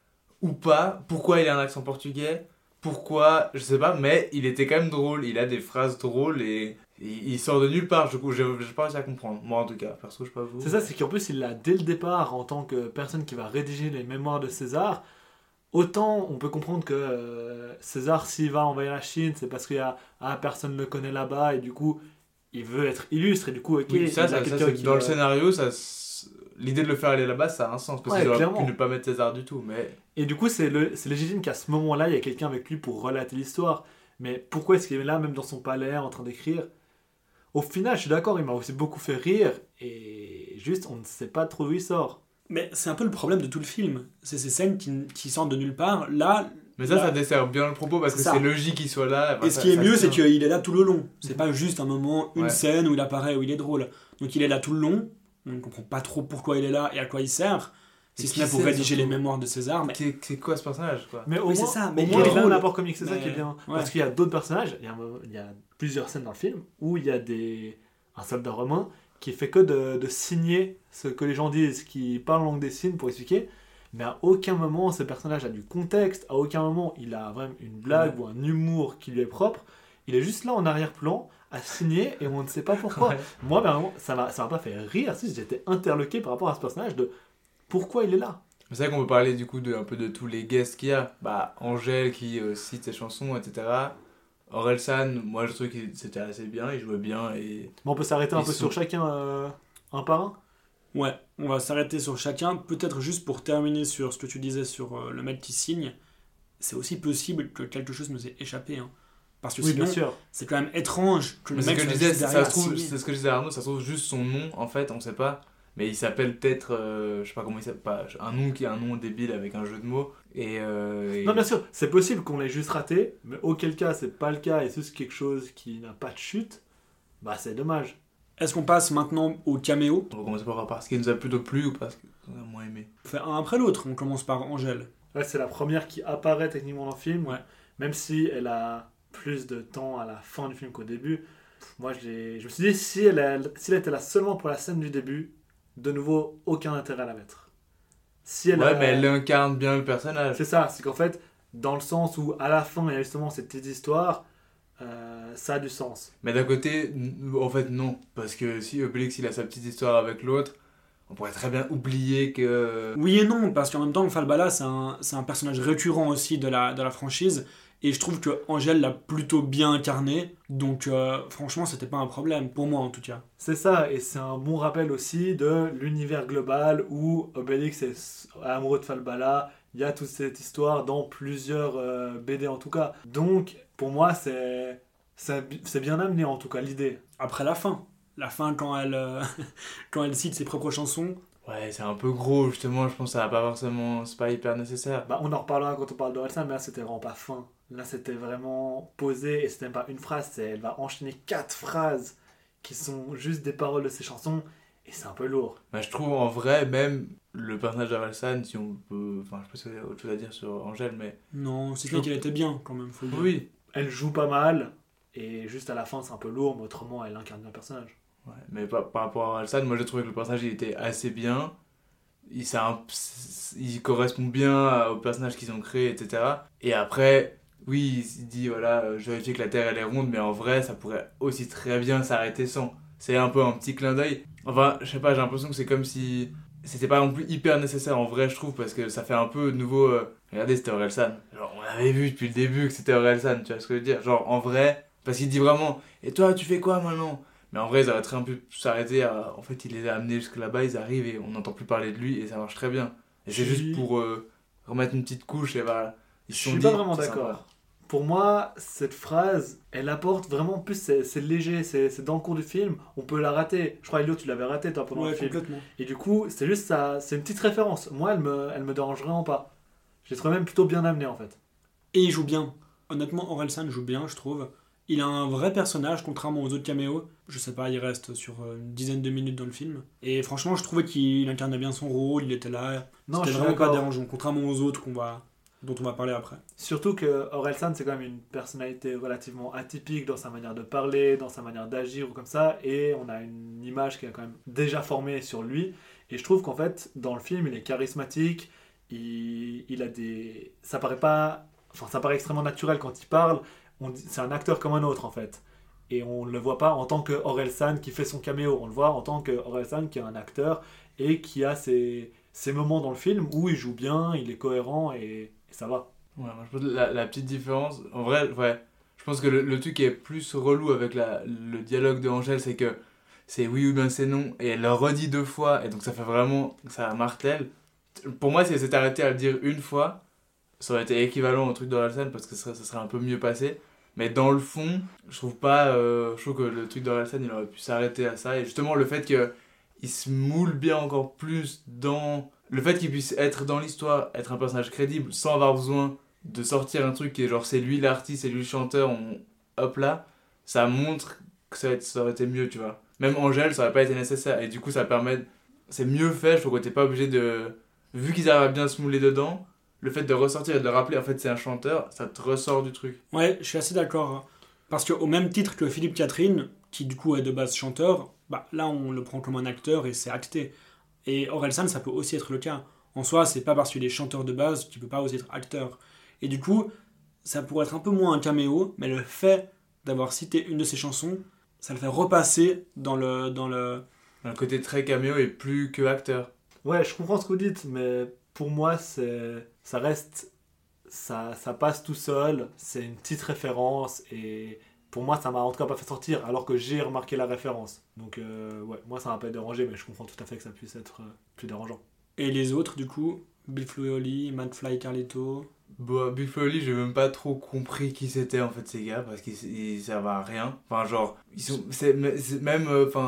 Ou pas. Pourquoi il a un accent portugais? Pourquoi? Je sais pas, mais il était quand même drôle. Il a des phrases drôles et il sort de nulle part. Du coup, j'ai pas réussi à comprendre. Moi, en tout cas, perso, je sais pas vous. C'est ça, c'est qu'en plus, il l'a dès le départ en tant que personne qui va rédiger les mémoires de César. Autant on peut comprendre que César, s'il va envahir la Chine, c'est parce qu'il y a personne ne le connaît là-bas et du coup, il veut être illustre et du coup, ok, Oui, ça, il a quelqu'un c'est qui dans va- le scénario, l'idée de le faire aller là-bas, ça a un sens. Parce Ouais, qu'ils auraient clairement. pu ne pas mettre César du tout. Mais Et du coup, c'est légitime qu'à ce moment-là, il y a quelqu'un avec lui pour relater l'histoire. Mais pourquoi est-ce qu'il est là, même dans son palais, en train d'écrire? Au final, je suis d'accord, il m'a aussi beaucoup fait rire et juste, on ne sait pas trop d'où il sort. Mais c'est un peu le problème de tout le film. C'est ces scènes qui sortent de nulle part. Là, ça dessert bien le propos parce que C'est ça. c'est logique qu'il soit là. et ce qui est mieux, c'est que qu'il est là tout le long. C'est pas juste un moment, une Ouais. scène où il apparaît, où il est drôle. Donc il est là tout le long. On ne comprend pas trop pourquoi il est là et à quoi il sert. Si Et ce qui n'est pour c'est, rédiger les surtout mémoires de César. Mais C'est quoi ce personnage, quoi? Mais au Oui, moins, c'est ça, au mais moins, il est il a un drôle. apport comique, c'est ça Mais- qui est bien. ouais. Parce qu'il y a d'autres personnages, il y a plusieurs scènes dans le film où il y a un soldat romain qui fait que de signer ce que les gens disent, qui parle en langue des signes pour expliquer. Mais à aucun moment ce personnage a du contexte, à aucun moment il a vraiment une blague ou un humour qui lui est propre. Il est juste là en arrière-plan à signer et on ne sait pas pourquoi. Ouais. Moi, vraiment, ça m'a pas fait rire. Si j'étais interloqué par rapport à ce personnage de pourquoi il est là. C'est vrai qu'on peut parler du coup un peu de tous les guests qu'il y a. Bah, Angèle qui cite ses chansons, etc. Orelsan, moi je trouve que c'était assez bien, il jouait bien et. Mais on peut s'arrêter un Ils peu sont- sur chacun un par un. Ouais, on va s'arrêter sur chacun. Peut-être juste pour terminer sur ce que tu disais sur le mec qui signe. C'est aussi possible que quelque chose nous ait échappé. Hein. Parce que Oui, sinon, bien sûr. c'est quand même étrange que le Mais c'est mec ce que je soit disais, juste ça derrière se à trouve, signer. c'est ce que je disais à Arnaud, ça se trouve juste son nom en fait, on sait pas. Mais il s'appelle peut-être, je sais pas comment il s'appelle, pas, un nom qui est un nom débile avec un jeu de mots. Et Non, bien sûr, c'est possible qu'on l'ait juste raté, mais auquel cas c'est pas le cas et c'est juste quelque chose qui n'a pas de chute, bah c'est dommage. Est-ce qu'on passe maintenant au caméo? on va commencer par ce qui nous a plutôt plu ou parce qu'on a moins aimé. On fait un après l'autre. On commence par Angèle. Ouais, c'est la première qui apparaît techniquement dans le film, Ouais. même si elle a plus de temps à la fin du film qu'au début. Moi je me suis dit, si elle était là seulement pour la scène du début, de nouveau, aucun intérêt à la mettre. Si elle Ouais, a- mais elle incarne bien le personnage. C'est ça, c'est qu'en fait, dans le sens où à la fin il y a justement cette petite histoire, ça a du sens. Mais d'un côté, en fait, non. Parce que si Obélix il a sa petite histoire avec l'autre, on pourrait très bien oublier que. Oui et non, parce qu'en même temps, Falbala, c'est un personnage récurrent aussi de la franchise. Et je trouve que Angèle l'a plutôt bien incarné. Donc, franchement, c'était pas un problème. Pour moi, en tout cas. C'est ça, et c'est un bon rappel aussi de l'univers global où Obélix est amoureux de Falbala. Il y a toute cette histoire dans plusieurs BD en tout cas. Donc, pour moi, c'est bien amené en tout cas, l'idée. Après la fin. La fin, quand elle, quand elle cite ses propres chansons. Ouais, c'est un peu gros, justement, je pense que ça va pas forcément. C'est pas hyper nécessaire. Bah, on en reparlera quand on parle d'Orelsan, mais là c'était vraiment pas fin. Là c'était vraiment posé et c'était même pas une phrase, elle va enchaîner 4 phrases qui sont juste des paroles de ses chansons et c'est un peu lourd. Bah, je trouve en vrai, même le personnage d'Orelsan, si on peut. Enfin, je sais pas si vous avez autre chose à dire sur Angèle, mais. Non, c'est qu'elle était bien, quand même. Faut le dire. Oui. Elle joue pas mal et juste à la fin c'est un peu lourd, mais autrement elle incarne bien le personnage. Ouais, mais par rapport à Orelsan, moi j'ai trouvé que le personnage il était assez bien. Il correspond bien au personnage qu'ils ont créé, etc. Et après, oui, il se dit voilà, je vérifie que la Terre elle est ronde, mais en vrai, ça pourrait aussi très bien s'arrêter sans. C'est un peu un petit clin d'œil. Enfin, je sais pas, j'ai l'impression que c'est comme si. C'était pas non plus hyper nécessaire en vrai, je trouve, parce que ça fait un peu de nouveau. Regardez, c'était Orelsan. Genre, on avait vu depuis le début que c'était Orelsan, tu vois ce que je veux dire? Genre, en vrai, parce qu'il dit vraiment, et toi, tu fais quoi maintenant? Mais en vrai, ils auraient très bien pu s'arrêter à. En fait, il les a amenés jusque là-bas, ils arrivent et on n'entend plus parler de lui et ça marche très bien. Et c'est juste pour remettre une petite couche et voilà. Je suis pas vraiment d'accord. Pour moi, cette phrase, elle apporte vraiment plus, c'est léger, c'est dans le cours du film, on peut la rater. Je crois, Elio, tu l'avais raté toi pendant le film. Complètement. Et du coup, c'est juste ça, c'est une petite référence. Moi, elle me dérange vraiment pas. Je l'ai trouvé même plutôt bien amené en fait. Et il joue bien. Honnêtement, Orelsan joue bien, je trouve. Il a un vrai personnage, contrairement aux autres caméos. Je sais pas, il reste sur une dizaine de minutes dans le film. Et franchement, je trouvais qu'il incarnait bien son rôle, il était là. Non, C'était vraiment pas dérangeant, contrairement aux autres dont on va parler après. Surtout que Orelsan, c'est quand même une personnalité relativement atypique dans sa manière de parler, dans sa manière d'agir ou comme ça, et on a une image qui est quand même déjà formée sur lui. Et je trouve qu'en fait, dans le film, il est charismatique, il a des... Ça paraît pas... Enfin, ça paraît extrêmement naturel quand il parle, c'est un acteur comme un autre en fait. Et on ne le voit pas en tant que Orelsan qui fait son caméo, on le voit en tant que Orelsan qui est un acteur et qui a ces moments dans le film où il joue bien, il est cohérent et ça va. Ouais, moi, je pense que la petite différence, en vrai, ouais, je pense que le truc qui est plus relou avec le dialogue de Angèle, c'est que c'est oui ou bien c'est non, et elle le redit 2 fois, et donc ça fait vraiment, ça martèle. Pour moi, si elle s'était arrêtée à le dire une fois, ça aurait été équivalent au truc d'Orelsan, parce que ça serait un peu mieux passé. Mais dans le fond, je trouve que le truc d'Orelsan, il aurait pu s'arrêter à ça, et justement le fait qu'il se moule bien encore plus dans... Le fait qu'il puisse être dans l'histoire, être un personnage crédible, sans avoir besoin de sortir un truc qui est genre c'est lui l'artiste, c'est lui le chanteur, hop là, ça montre que ça aurait été mieux, tu vois. Même Angèle, ça aurait pas été nécessaire, et du coup ça permet... C'est mieux fait, je trouve que t'es pas obligé de... Vu qu'ils arrivent à bien se mouler dedans, le fait de ressortir et de le rappeler, en fait c'est un chanteur, ça te ressort du truc. Ouais, je suis assez d'accord. Parce qu'au même titre que Philippe Catherine, qui du coup est de base chanteur, bah là on le prend comme un acteur et c'est acté. Et Orelsan, ça peut aussi être le cas. En soi, c'est pas parce qu'il est chanteur de base qu'il peut pas aussi être acteur. Et du coup, ça pourrait être un peu moins un caméo, mais le fait d'avoir cité une de ses chansons, ça le fait repasser dans le... Un côté très caméo et plus que acteur. Ouais, je comprends ce que vous dites, mais pour moi, ça reste... Ça passe tout seul, c'est une petite référence, et pour moi, ça m'a en tout cas pas fait sortir, alors que j'ai remarqué la référence. Donc, ouais, moi, ça m'a pas dérangé, mais je comprends tout à fait que ça puisse être plus dérangeant. Et les autres, du coup, Big Flo et Oli, McFly, Carlito... Bah, Big Flo et Oli, j'ai même pas trop compris qui c'était en fait ces gars, parce qu'ils servent à rien. Enfin, genre, même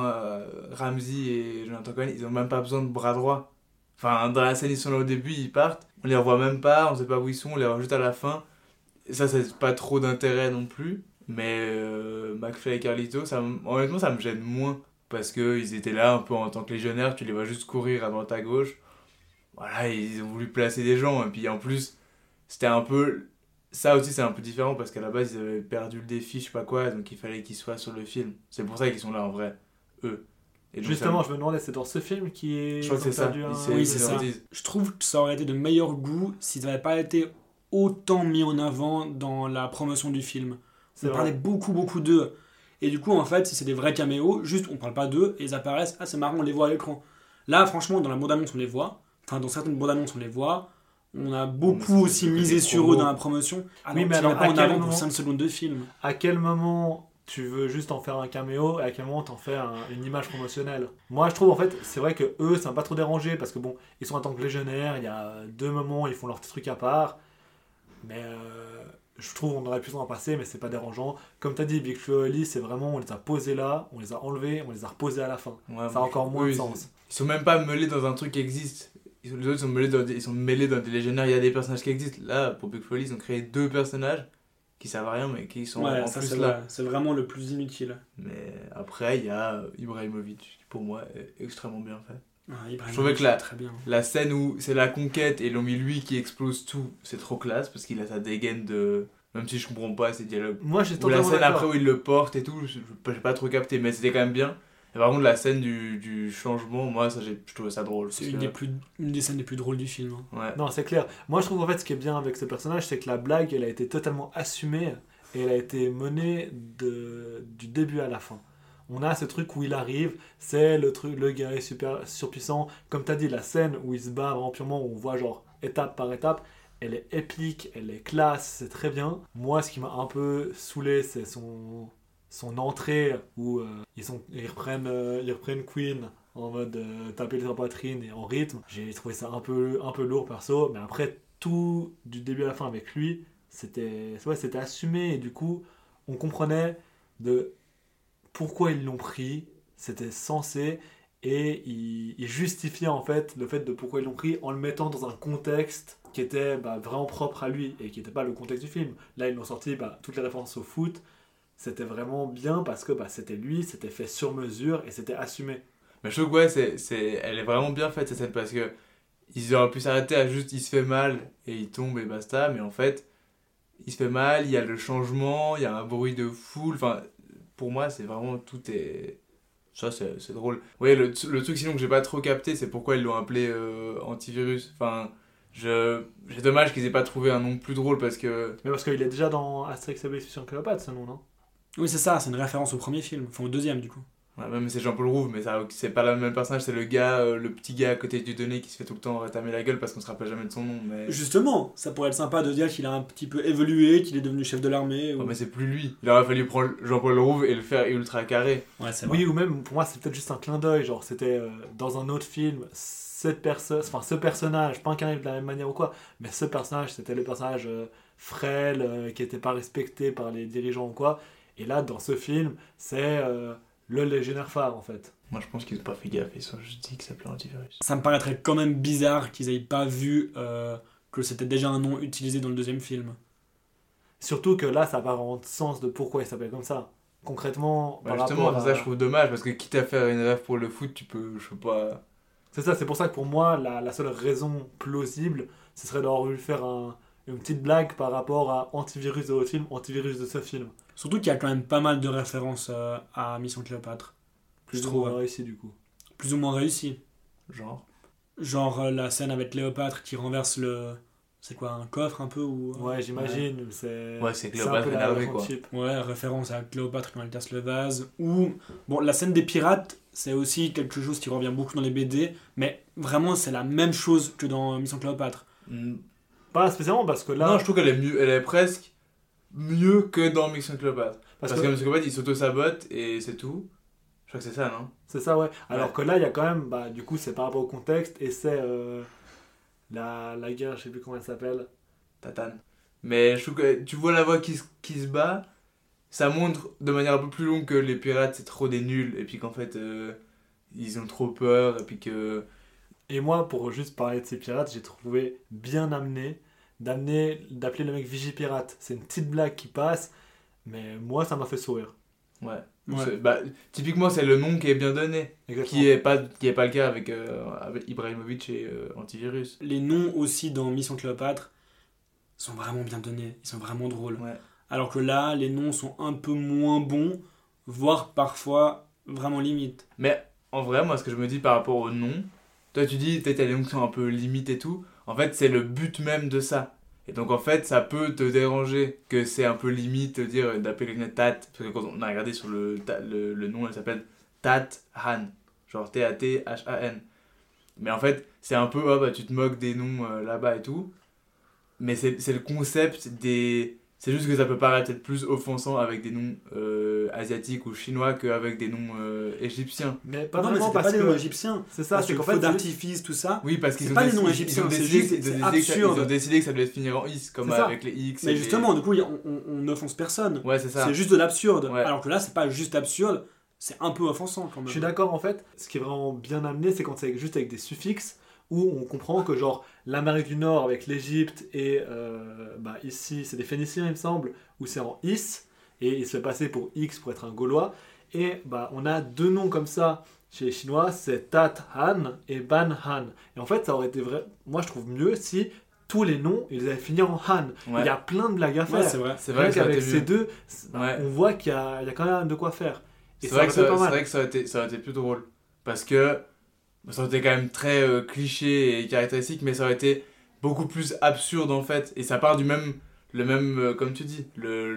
Ramsey et Jonathan Cohen, ils ont même pas besoin de bras droit. Enfin, dans la scène, ils sont là au début, ils partent, on les revoit même pas, on sait pas où ils sont, on les revoit juste à la fin. Et ça pas trop d'intérêt non plus. Mais McFly et Carlito, honnêtement, ça me gêne moins. Parce qu'ils étaient là un peu en tant que légionnaires, tu les vois juste courir à droite à gauche. Voilà, ils ont voulu placer des gens. Et puis en plus, c'était un peu... Ça aussi, c'est un peu différent parce qu'à la base, ils avaient perdu le défi, je sais pas quoi, donc il fallait qu'ils soient sur le film. C'est pour ça qu'ils sont là en vrai, eux. Et donc, justement, je me demandais, c'est dans ce film qui est... Je crois que c'est ça. Oui, c'est ça. Je trouve que ça aurait été de meilleur goût s'ils n'avaient pas été autant mis en avant dans la promotion du film. On parlait beaucoup d'eux. Et du coup, en fait, si c'est des vrais caméos, juste on parle pas d'eux et ils apparaissent, ah c'est marrant, on les voit à l'écran. Là, franchement, dans la bande-annonce, on les voit. Enfin, dans certaines bandes-annonces, on les voit. On a beaucoup aussi misé sur eux dans la promotion. Oui, mais alors, pas en avant pour 5 secondes de film. À quel moment tu veux juste en faire un caméo et à quel moment t'en fais une image promotionnelle? Moi, je trouve, en fait, c'est vrai que eux, ça m'a pas trop dérangé parce que bon, ils sont en tant que légionnaires, il y a 2 moments, ils font leur petit truc à part. Mais je trouve qu'on aurait pu s'en passer, mais c'est pas dérangeant. Comme t'as dit, Big Flo et Oli, c'est vraiment, on les a posés là, on les a enlevés, on les a reposés à la fin. Ouais, ça a encore moins de sens. Ils sont même pas mêlés dans un truc qui existe. Les autres ils sont mêlés dans des légionnaires, il y a des personnages qui existent. Là, pour Big Flo et Oli, ils ont créé 2 personnages qui servent à rien, mais qui sont en ça, plus c'est là. Vrai. C'est vraiment le plus inutile. Mais après, il y a Ibrahimovic, qui pour moi est extrêmement bien fait. Je trouvais que la scène où c'est la conquête et l'ont mis lui qui explose tout, c'est trop classe parce qu'il a sa dégaine de... Même si je comprends pas ces dialogues. Moi j'ai totalement la scène d'accord. Après où il le porte et tout, j'ai pas trop capté, mais c'était quand même bien. Et par contre la scène du changement, moi ça, je trouvais ça drôle. C'est une des scènes les plus drôles du film. Hein. Ouais. Non, c'est clair. Moi je trouve en fait ce qui est bien avec ce personnage, c'est que la blague elle a été totalement assumée et elle a été menée du début à la fin. On a ce truc où il arrive, c'est le guerrier super surpuissant. Comme tu as dit, la scène où il se bat vraiment purement, où on voit genre étape par étape, elle est épique, elle est classe, c'est très bien. Moi, ce qui m'a un peu saoulé, c'est son son entrée où ils reprennent Queen en mode taper sur la poitrine et en rythme. J'ai trouvé ça un peu lourd perso, mais après tout du début à la fin avec lui, c'était assumé et du coup on comprenait de pourquoi ils l'ont pris, c'était censé et il justifiait en fait le fait de pourquoi ils l'ont pris en le mettant dans un contexte qui était vraiment propre à lui et qui n'était pas le contexte du film. Là ils l'ont sorti toutes les références au foot, c'était vraiment bien parce que c'était lui, c'était fait sur mesure et c'était assumé. Mais je trouve que elle est vraiment bien faite cette scène parce que ils auraient pu s'arrêter à juste il se fait mal et il tombe et basta, mais en fait il se fait mal, il y a le changement, il y a un bruit de foule, enfin pour moi c'est vraiment tout est... Ça c'est drôle. Oui, le truc sinon que j'ai pas trop capté c'est pourquoi ils l'ont appelé antivirus, enfin j'ai dommage qu'ils aient pas trouvé un nom plus drôle parce que... Mais parce qu'il est déjà dans Astérix et Obélix sur Cléopâtre ce nom, non? Oui, c'est ça, c'est une référence au premier film, enfin au deuxième du coup. Ouais, même c'est Jean-Paul Rouve, mais c'est pas le même personnage, c'est le gars, le petit gars à côté du Dieudonné qui se fait tout le temps retamer la gueule parce qu'on se rappelle jamais de son nom. Mais... Justement, ça pourrait être sympa de dire qu'il a un petit peu évolué, qu'il est devenu chef de l'armée. Ou... Ouais, mais c'est plus lui. Il aurait fallu prendre Jean-Paul Rouve et le faire ultra carré. Ouais, c'est vrai. Oui, ou même pour moi c'est peut-être juste un clin d'œil, genre c'était dans un autre film, ce personnage, pas incarné de la même manière ou quoi, mais ce personnage c'était le personnage frêle, qui était pas respecté par les dirigeants ou quoi, et là dans ce film c'est... le légionnaire phare en fait. Moi je pense qu'ils ont pas fait gaffe, ils ont juste dit que ça s'appelait antivirus. Ça me paraîtrait quand même bizarre qu'ils aient pas vu que c'était déjà un nom utilisé dans le deuxième film. Surtout que là ça n'a pas vraiment de sens de pourquoi il s'appelle comme ça. Concrètement, par justement, rapport à... ça je trouve dommage parce que quitte à faire une rêve pour le foot, tu peux, je sais pas... C'est ça, c'est pour ça que pour moi la seule raison plausible ce serait d'avoir voulu faire une petite blague par rapport à antivirus de votre film, antivirus de ce film. Surtout qu'il y a quand même pas mal de références à Mission Cléopâtre. Plus ou moins réussi du coup. Plus ou moins réussi. Genre la scène avec Cléopâtre qui renverse le... C'est quoi, un coffre un peu ou... Ouais, j'imagine. Ouais. C'est Cléopâtre énervé quoi. Ouais, référence à Cléopâtre quand elle casse le vase. Ou... Bon, la scène des pirates, c'est aussi quelque chose qui revient beaucoup dans les BD, mais vraiment c'est la même chose que dans Mission Cléopâtre. Pas spécialement parce que là... Non, je trouve qu'elle est mieux, elle est presque mieux que dans Mission Cléopâtre. Parce que Mission Cléopâtre, il s'auto-sabote et c'est tout. Je crois que c'est ça, non? C'est ça, ouais. Alors que là, il y a quand même... du coup, c'est par rapport au contexte et c'est la guerre, je sais plus comment elle s'appelle. Tatane. Mais je trouve que tu vois la voix qui se bat, ça montre de manière un peu plus longue que les pirates, c'est trop des nuls. Et puis qu'en fait, ils ont trop peur. Et puis que... Et moi, pour juste parler de ces pirates, j'ai trouvé bien amené d'appeler le mec Vigipirate. C'est une petite blague qui passe, mais moi, ça m'a fait sourire. Ouais. Typiquement, c'est le nom qui est bien donné. Exactement. Qui est pas le cas avec Ibrahimovic et Antivirus. Les noms aussi dans Mission Cléopâtre sont vraiment bien donnés. Ils sont vraiment drôles. Ouais. Alors que là, les noms sont un peu moins bons, voire parfois vraiment limite. Mais en vrai, moi, ce que je me dis par rapport aux noms, toi, tu dis, peut-être les noms qui sont un peu limites et tout. En fait, c'est le but même de ça. Et donc, en fait, ça peut te déranger que c'est un peu limite, d'appeler quelqu'un Tat. Parce que quand on a regardé sur le nom, elle s'appelle Tat Han. Genre Tathan. Mais en fait, c'est un peu, tu te moques des noms là-bas et tout. Mais c'est le concept des... C'est juste que ça peut paraître peut-être plus offensant avec des noms asiatiques ou chinois qu'avec des noms égyptiens. Mais pas non, vraiment mais parce pas que... des noms égyptiens. C'est ça, c'est qu'en fait... d'artifice, tout ça. Oui, parce qu'ils ont pas les noms égyptiens, c'est juste c'est absurde. Ils ont décidé que ça devait se finir en is, comme avec les X. Mais justement, du coup, on n'offense personne. Ouais, c'est ça. C'est juste de l'absurde. Ouais. Alors que là, c'est pas juste absurde, c'est un peu offensant quand même. Je suis d'accord, en fait. Ce qui est vraiment bien amené, c'est quand c'est juste avec des suffixes, où on comprend que genre l'Amérique du Nord avec l'Égypte et ici c'est des Phéniciens il me semble, où c'est en is et il se fait passer pour X pour être un Gaulois et on a deux noms comme ça chez les Chinois, c'est Tat Han et Ban Han et en fait ça aurait été vrai, moi je trouve mieux si tous les noms ils avaient fini en Han. Ouais. Il y a plein de blagues à faire, c'est vrai qu'avec ces deux on voit qu'il y a quand même de quoi faire et c'est vrai que ça aurait été plus drôle parce que ça aurait été quand même très cliché et caractéristique, mais ça aurait été beaucoup plus absurde en fait. Et ça part le même comme tu dis,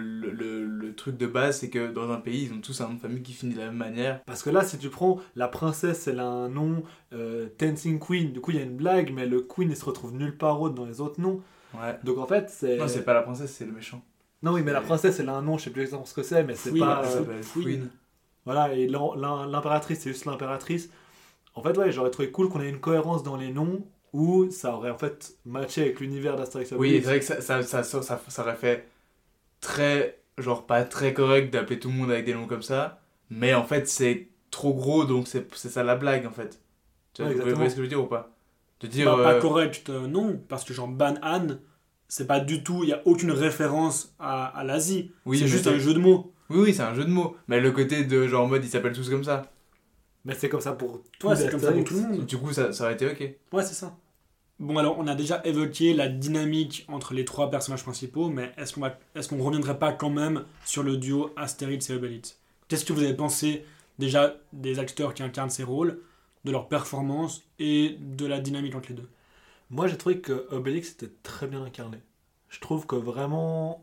le truc de base, c'est que dans un pays, ils ont tous un nom de famille qui finit de la même manière. Parce que là, si tu prends la princesse, elle a un nom, Dancing Queen, du coup il y a une blague, mais le Queen il se retrouve nulle part autre dans les autres noms. Ouais. Donc en fait, c'est... Non, c'est pas la princesse, c'est le méchant. Non, oui, mais la princesse, elle a un nom, je sais plus exactement ce que c'est, mais c'est Oui, pas. Elle s'appelle oui. Queen. Voilà, et l'impératrice, c'est juste l'impératrice. En fait, ouais, j'aurais trouvé cool qu'on ait une cohérence dans les noms où ça aurait en fait matché avec l'univers d'Astérix et Oui, Obélix. c'est vrai que ça aurait fait très, genre pas très correct d'appeler tout le monde avec des noms comme ça, mais en fait c'est trop gros donc c'est ça la blague en fait. Tu vois, Ouais, vous voyez exactement. ce que je veux dire ou pas? De dire. Bah, pas correct, non, parce que genre Ban Han, c'est pas du tout, il y a aucune référence à l'Asie. Oui, c'est mais juste un jeu de mots. Oui, c'est un jeu de mots, mais le côté de genre en mode ils s'appellent tous comme ça, Mais c'est comme ça pour Toi, tous c'est les comme ça pour Astérix. tout le monde. du coup ça aurait été ok. Ouais, c'est ça. Bon, alors, on a déjà évoqué la dynamique entre les trois personnages principaux, mais est-ce qu'on reviendrait pas quand même sur le duo Astérix et Obélix? Qu'est-ce que vous avez pensé déjà des acteurs qui incarnent ces rôles, de leur performance et de la dynamique entre les deux? Moi, j'ai trouvé que Obélix était très bien incarné. Je trouve que vraiment,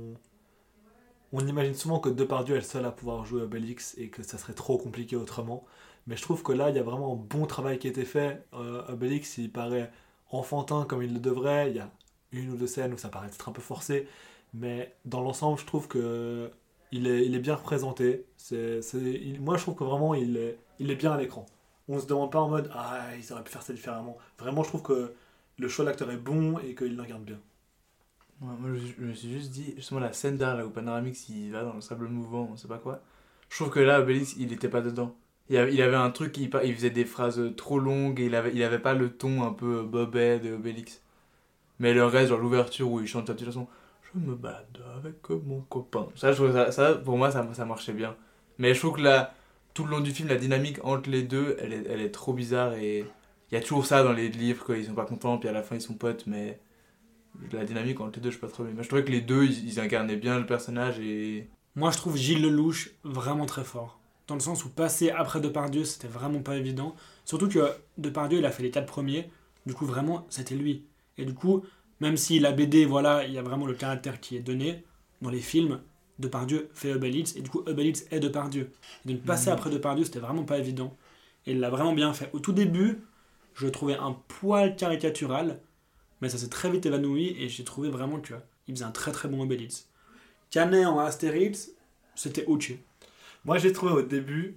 on imagine souvent que Depardieu est le seul à pouvoir jouer Obélix et que ça serait trop compliqué autrement. Mais je trouve que là, il y a vraiment un bon travail qui a été fait. Obélix, il paraît enfantin comme il le devrait. Il y a une ou deux scènes où ça paraît être un peu forcé. Mais dans l'ensemble, je trouve que il est bien représenté. Moi, je trouve que vraiment, il est bien à l'écran. On se demande pas en mode ah, ils auraient pu faire ça différemment. Vraiment, je trouve que le choix de l'acteur est bon et qu'il l'incarne bien. Ouais, moi je me suis juste dit, justement la scène derrière là où Panoramix il va dans le sable mouvant, on sait pas quoi, je trouve que là Obélix il était pas dedans. Il avait un truc, il faisait des phrases trop longues et il avait pas le ton un peu bobet de Obélix. Mais le reste, genre l'ouverture où il chante sa petite chanson, je me balade avec mon copain. Ça, je trouve ça pour moi, ça marchait bien. Mais je trouve que là, tout le long du film, la dynamique entre les deux, elle est trop bizarre et il y a toujours ça dans les livres, quoi. Ils sont pas contents, puis à la fin ils sont potes, mais la dynamique entre les deux, je sais pas trop. Mais je trouvais que les deux, ils incarnaient bien le personnage et. Moi, je trouve Gilles Lelouch vraiment très fort. Dans le sens où passer après Depardieu, c'était vraiment pas évident. Surtout que Depardieu, il a fait les 4 premiers. Du coup, vraiment, c'était lui. Et du coup, même si la BD, voilà, il y a vraiment le caractère qui est donné, dans les films, Depardieu fait Obélix. Et du coup, Obélix est Depardieu. Et donc, passer après Depardieu, c'était vraiment pas évident. Et il l'a vraiment bien fait. Au tout début, je le trouvais un poil caricatural. Mais ça s'est très vite évanoui. Et j'ai trouvé vraiment qu'il faisait un très très bon Obélix. Canet en Astérix, c'était ok. Moi, j'ai trouvé au début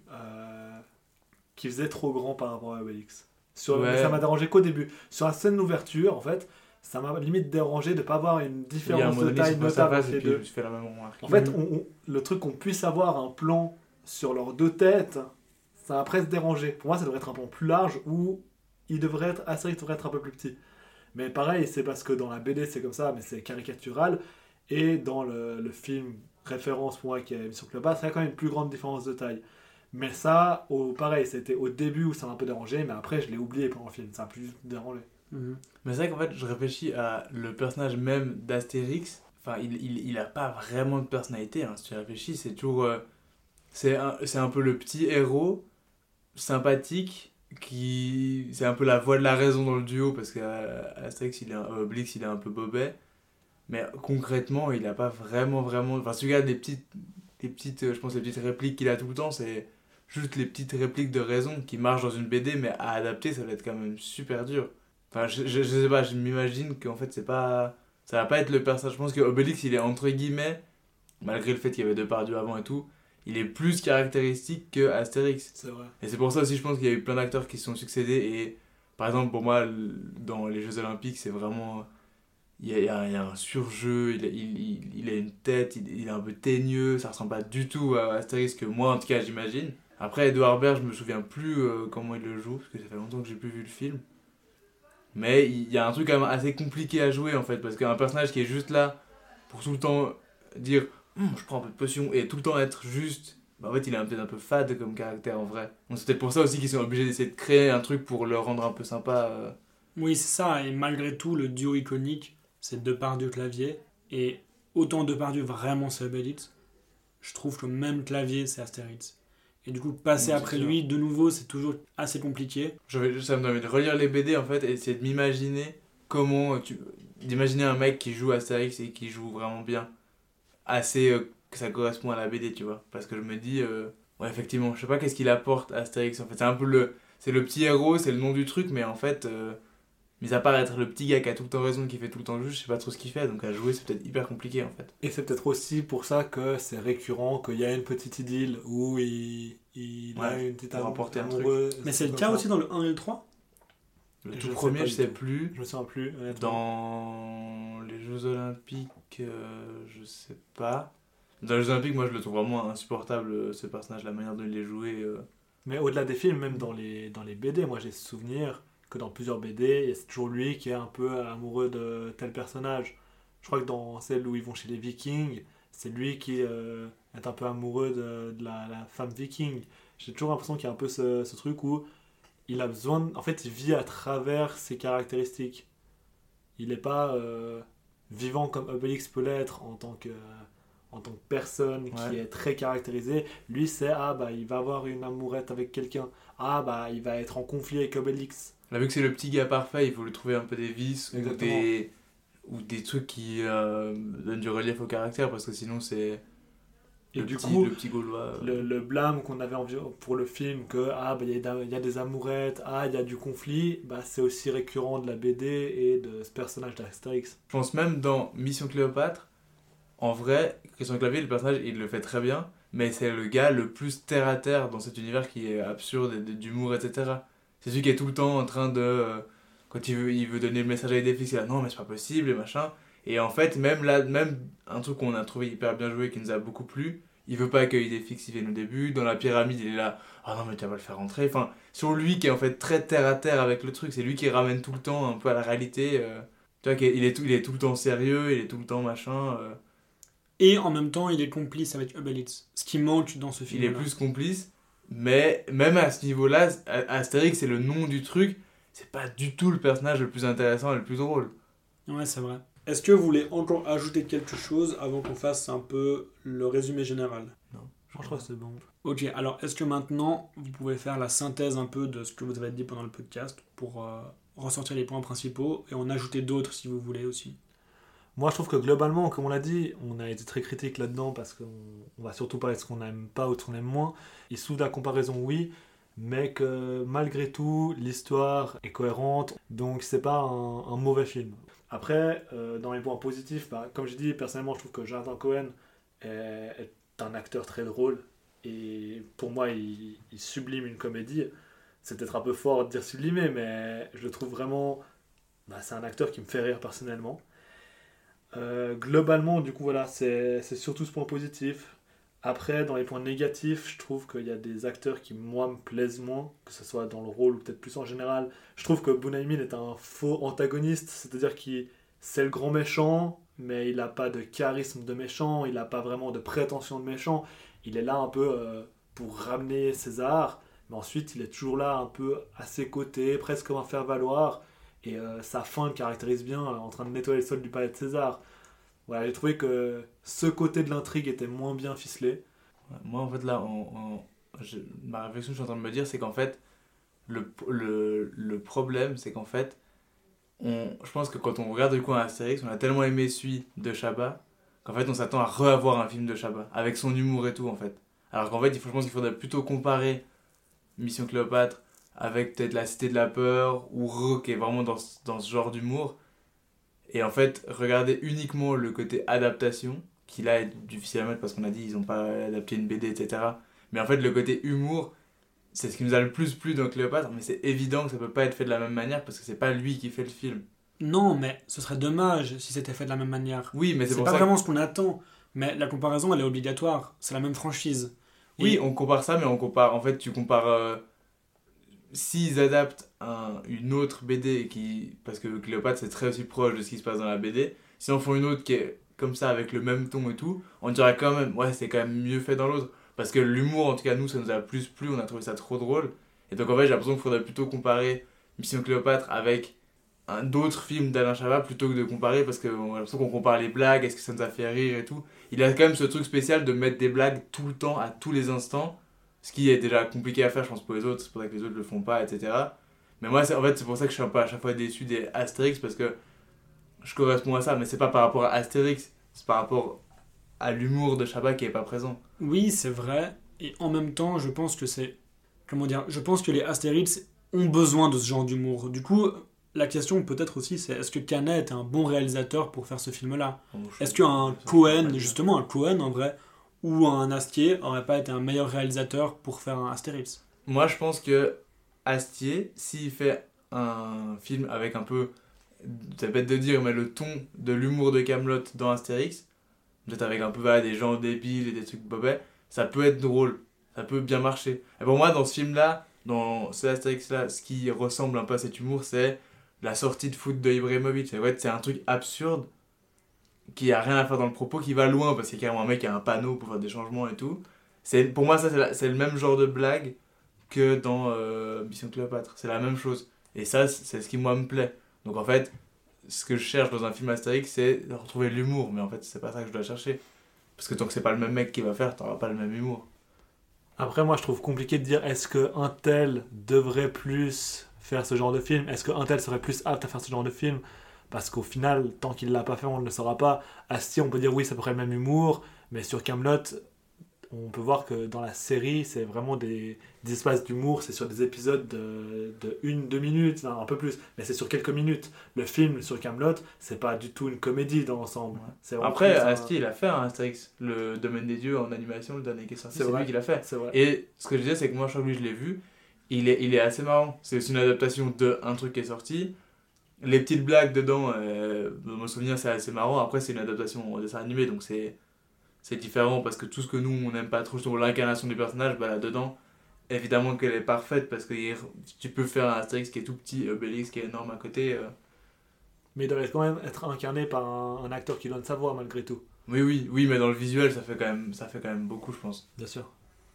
qu'il faisait trop grand par rapport à Obélix. Mais ça m'a dérangé qu'au début. Sur la scène d'ouverture, en fait, ça m'a limite dérangé de ne pas avoir une différence de taille notable entre les deux. Je fais la même remarque. En fait, le truc qu'on puisse avoir un plan sur leurs deux têtes, ça m'a presque dérangé. Pour moi, ça devrait être un plan plus large où Astérix devrait être un peu plus petit. Mais pareil, c'est parce que dans la BD, c'est comme ça, mais c'est caricatural. Et dans le film référence pour moi qui est sur Clubhouse, il y a quand même une plus grande différence de taille. Mais ça, pareil, c'était au début où ça m'a un peu dérangé, mais après je l'ai oublié pendant le film, ça m'a plus dérangé. Mais c'est vrai qu'en fait, je réfléchis à le personnage même d'Astérix. Enfin, il a pas vraiment de personnalité, hein, si tu réfléchis, c'est toujours. C'est un peu le petit héros, sympathique, qui. C'est un peu la voix de la raison dans le duo, parce qu'Astérix, Obélix, il est un peu bobet. Mais concrètement, il a pas vraiment. Enfin, si tu regardes je pense, les petites répliques qu'il a tout le temps, c'est juste les petites répliques de raison qui marchent dans une BD, mais à adapter, ça va être quand même super dur. Enfin, je sais pas, je m'imagine qu'en fait, c'est pas. Ça va pas être le personnage. Je pense que Obélix, il est entre guillemets, malgré le fait qu'il y avait Depardieu avant et tout, il est plus caractéristique que Astérix. C'est vrai. Et c'est pour ça aussi, je pense qu'il y a eu plein d'acteurs qui se sont succédés. Et par exemple, pour moi, dans les Jeux Olympiques, c'est vraiment. Il y a un surjeu, il a une tête, il est un peu teigneux, ça ressemble pas du tout à Astérix que moi en tout cas j'imagine. Après Edouard Baird, je me souviens plus comment il le joue, parce que ça fait longtemps que j'ai plus vu le film. Mais il y a un truc quand même assez compliqué à jouer en fait, parce qu'un personnage qui est juste là pour tout le temps dire je prends un peu de potion et tout le temps être juste, bah en fait il est peut-être un peu fade comme caractère en vrai. Donc c'est peut-être pour ça aussi qu'ils sont obligés d'essayer de créer un truc pour le rendre un peu sympa. Oui, c'est ça, et malgré tout, le duo iconique, c'est Depardieu-Clavier, et autant Depardieu vraiment c'est Obélix, je trouve que même Clavier c'est Astérix. Et du coup, passer Oui, après sûr. lui, de nouveau, c'est toujours assez compliqué. Ça me donne envie de relire les BD en fait et essayer de m'imaginer d'imaginer un mec qui joue Astérix et qui joue vraiment bien. Assez que ça correspond à la BD, tu vois. Parce que je me dis, ouais, effectivement, je sais pas qu'est-ce qu'il apporte à Astérix en fait. C'est un peu c'est le petit héros, c'est le nom du truc, mais en fait, mis à part être le petit gars qui a tout le temps raison, qui fait tout le temps juste, je sais pas trop ce qu'il fait, donc à jouer c'est peut-être hyper compliqué en fait. Et c'est peut-être aussi pour ça que c'est récurrent, qu'il y a une petite idylle où il a une petite pour rapporter un amoureuse. Mais c'est le cas aussi dans le 1 et le 3 Le Je tout sais premier, pas je du sais tout. plus. Je me souviens plus, honnêtement. Dans les Jeux Olympiques, je sais pas. Dans les Jeux Olympiques, moi je le trouve vraiment insupportable ce personnage, la manière de les jouer. Mais au-delà des films, même dans les BD, moi j'ai ce souvenir que dans plusieurs BD, c'est toujours lui qui est un peu amoureux de tel personnage. Je crois que dans celle où ils vont chez les Vikings, c'est lui qui est un peu amoureux de la femme viking. J'ai toujours l'impression qu'il y a un peu ce truc où il a besoin... En fait, il vit à travers ses caractéristiques. Il n'est pas vivant comme Obélix peut l'être en tant que personne qui est très caractérisée. Lui, c'est il va avoir une amourette avec quelqu'un. Il va être en conflit avec Obélix. Là, vu que c'est le petit gars parfait, il faut lui trouver un peu des vices Exactement. ou des trucs qui donnent du relief au caractère, parce que sinon c'est Et le du petit, coup, le petit Gaulois. le blâme qu'on avait pour le film, que il y a des amourettes, il y a du conflit, c'est aussi récurrent de la BD et de ce personnage d'Astérix. Je pense même dans Mission Cléopâtre, en vrai, Christian Clavier, le personnage, il le fait très bien, mais c'est le gars le plus terre à terre dans cet univers qui est absurde, d'humour, etc. C'est celui qui est tout le temps en train de. Quand il veut donner le message à Idéfix, il est là, non, mais c'est pas possible, et machin. Et en fait, même là, même un truc qu'on a trouvé hyper bien joué, qui nous a beaucoup plu, il veut pas que Idéfix vienne au début. Dans la pyramide, il est là, ah non, mais tu vas pas le faire rentrer. Enfin, sur lui qui est en fait très terre à terre avec le truc, c'est lui qui ramène tout le temps un peu à la réalité. Tu vois, il est tout le temps sérieux, il est tout le temps machin. Et en même temps, il est complice avec Obélix. Ce qui manque dans ce film. Il est plus complice, mais même à ce niveau-là, Astérix, c'est le nom du truc, c'est pas du tout le personnage le plus intéressant et le plus drôle. Ouais, c'est vrai. Est-ce que vous voulez encore ajouter quelque chose avant qu'on fasse un peu le résumé général ? Non, Je crois que c'est bon. Ok, alors est-ce que maintenant, vous pouvez faire la synthèse un peu de ce que vous avez dit pendant le podcast pour ressortir les points principaux et en ajouter d'autres si vous voulez aussi ? Moi, je trouve que globalement, comme on l'a dit, on a été très critique là-dedans parce qu'on va surtout parler de ce qu'on n'aime pas ou de ce qu'on aime moins. Et sous la comparaison, oui, mais que malgré tout, l'histoire est cohérente, donc c'est pas un mauvais film. Après, dans les points positifs, comme je dis, personnellement, je trouve que Jonathan Cohen est un acteur très drôle et pour moi, il sublime une comédie. C'est peut-être un peu fort de dire sublimer, mais je le trouve vraiment... c'est un acteur qui me fait rire personnellement. Globalement, du coup, voilà, c'est surtout ce point positif. Après, dans les points négatifs, je trouve qu'il y a des acteurs qui, moi, me plaisent moins, que ce soit dans le rôle ou peut-être plus en général. Je trouve que Bunaimin est un faux antagoniste, c'est-à-dire qu'il c'est le grand méchant, mais il n'a pas de charisme de méchant, il n'a pas vraiment de prétention de méchant. Il est là un peu pour ramener César, mais ensuite, il est toujours là un peu à ses côtés, presque comme un faire-valoir. Et sa fin le caractérise bien, en train de nettoyer le sol du palais de César. Voilà, j'ai trouvé que ce côté de l'intrigue était moins bien ficelé. Moi, en fait, là, ma réflexion que je suis en train de me dire, c'est qu'en fait, le problème, c'est qu'en fait, je pense que quand on regarde du coup un Astérix, on a tellement aimé celui de Chabat, qu'en fait, on s'attend à revoir un film de Chabat, avec son humour et tout, en fait. Alors qu'en fait, je pense qu'il faudrait plutôt comparer Mission Cléopâtre avec peut-être La Cité de la Peur, ou Re, qui est vraiment dans ce genre d'humour. Et en fait, regardez uniquement le côté adaptation, qui là est difficile à mettre parce qu'on a dit ils n'ont pas adapté une BD, etc. Mais en fait, le côté humour, c'est ce qui nous a le plus plu dans Cléopâtre, mais c'est évident que ça peut pas être fait de la même manière parce que c'est pas lui qui fait le film. Non, mais ce serait dommage si c'était fait de la même manière. Oui, mais c'est pour pas ça vraiment ce qu'on attend. Mais la comparaison, elle est obligatoire. C'est la même franchise. Oui, on compare ça, mais on compare... En fait, tu compares... S'ils adaptent une autre BD, parce que Cléopâtre c'est très aussi proche de ce qui se passe dans la BD, si on font une autre qui est comme ça avec le même ton et tout, on dirait quand même, ouais, c'est quand même mieux fait dans l'autre. Parce que l'humour, en tout cas, nous, ça nous a plus plu, on a trouvé ça trop drôle. Et donc en fait, j'ai l'impression qu'il faudrait plutôt comparer Mission Cléopâtre avec d'autres films d'Alain Chabat plutôt que de comparer, parce qu'on a l'impression qu'on compare les blagues, est-ce que ça nous a fait rire et tout. Il a quand même ce truc spécial de mettre des blagues tout le temps, à tous les instants. Ce qui est déjà compliqué à faire, je pense, pour les autres, c'est pour ça que les autres le font pas, etc. Mais moi, en fait, c'est pour ça que je suis un peu à chaque fois déçu des Astérix, parce que je corresponds à ça, mais c'est pas par rapport à Astérix, c'est par rapport à l'humour de Chabat qui est pas présent. Oui, c'est vrai, et en même temps, je pense que c'est... Comment dire ? Je pense que les Astérix ont besoin de ce genre d'humour. Du coup, la question peut-être aussi, c'est est-ce que Canet était un bon réalisateur pour faire ce film-là ? Bon, je Est-ce sais qu'un pas, ça, Cohen, je sais pas justement un Cohen en vrai, ou un Astier aurait pas été un meilleur réalisateur pour faire un Astérix ? dire. Moi, je pense que Astier, s'il fait un film avec un peu, c'est bête de dire, mais le ton de l'humour de Kaamelott dans Astérix, peut-être avec un peu des gens débiles et des trucs bobets, ça peut être drôle, ça peut bien marcher. Et pour moi, dans ce film-là, dans ce Astérix-là, ce qui ressemble un peu à cet humour, c'est la sortie de foot de Ibrahimovic. C'est un truc absurde qui a rien à faire dans le propos, qui va loin parce qu'il y a carrément un mec qui a un panneau pour faire des changements et tout. Pour moi, ça, c'est le même genre de blague que dans Mission Cléopâtre. C'est la même chose. Et ça, c'est ce qui, moi, me plaît. Donc en fait, ce que je cherche dans un film Astérix, c'est de retrouver l'humour. Mais en fait, c'est pas ça que je dois chercher. Parce que tant que c'est pas le même mec qui va faire, t'auras pas le même humour. Après, moi, je trouve compliqué de dire est-ce qu'un tel devrait plus faire ce genre de film ? Est-ce qu'un tel serait plus apte à faire ce genre de film ? Parce qu'au final, tant qu'il l'a pas fait, on ne le saura pas. Astier, on peut dire oui, c'est à peu près le même humour, mais sur Kaamelott, on peut voir que dans la série, c'est vraiment des espaces d'humour, c'est sur des épisodes de 1-2 minutes, un peu plus, mais c'est sur quelques minutes. Le film sur Kaamelott, c'est pas du tout une comédie dans l'ensemble. Ouais. C'est vraiment Après, plus un- Astier, il a fait un Astérix, le Domaine des Dieux en animation, le dernier qui est sorti, C'est c'est vrai. lui qui l'a fait. C'est vrai. Et ce que je disais, c'est que moi, chaque fois que je l'ai vu, il est assez marrant. C'est aussi une adaptation d'un truc qui est sorti. Les petites blagues dedans, dans mon souvenir, c'est assez marrant. Après, c'est une adaptation en dessin animé, donc c'est différent parce que tout ce que nous, on n'aime pas trop, sur l'incarnation du personnage, bah là-dedans, évidemment qu'elle est parfaite parce que tu peux faire un Astérix qui est tout petit, Obélix qui est énorme à côté. Mais il devrait quand même être incarné par un acteur qui donne sa voix, malgré tout. Oui, mais dans le visuel, ça fait quand même beaucoup, je pense. Bien sûr.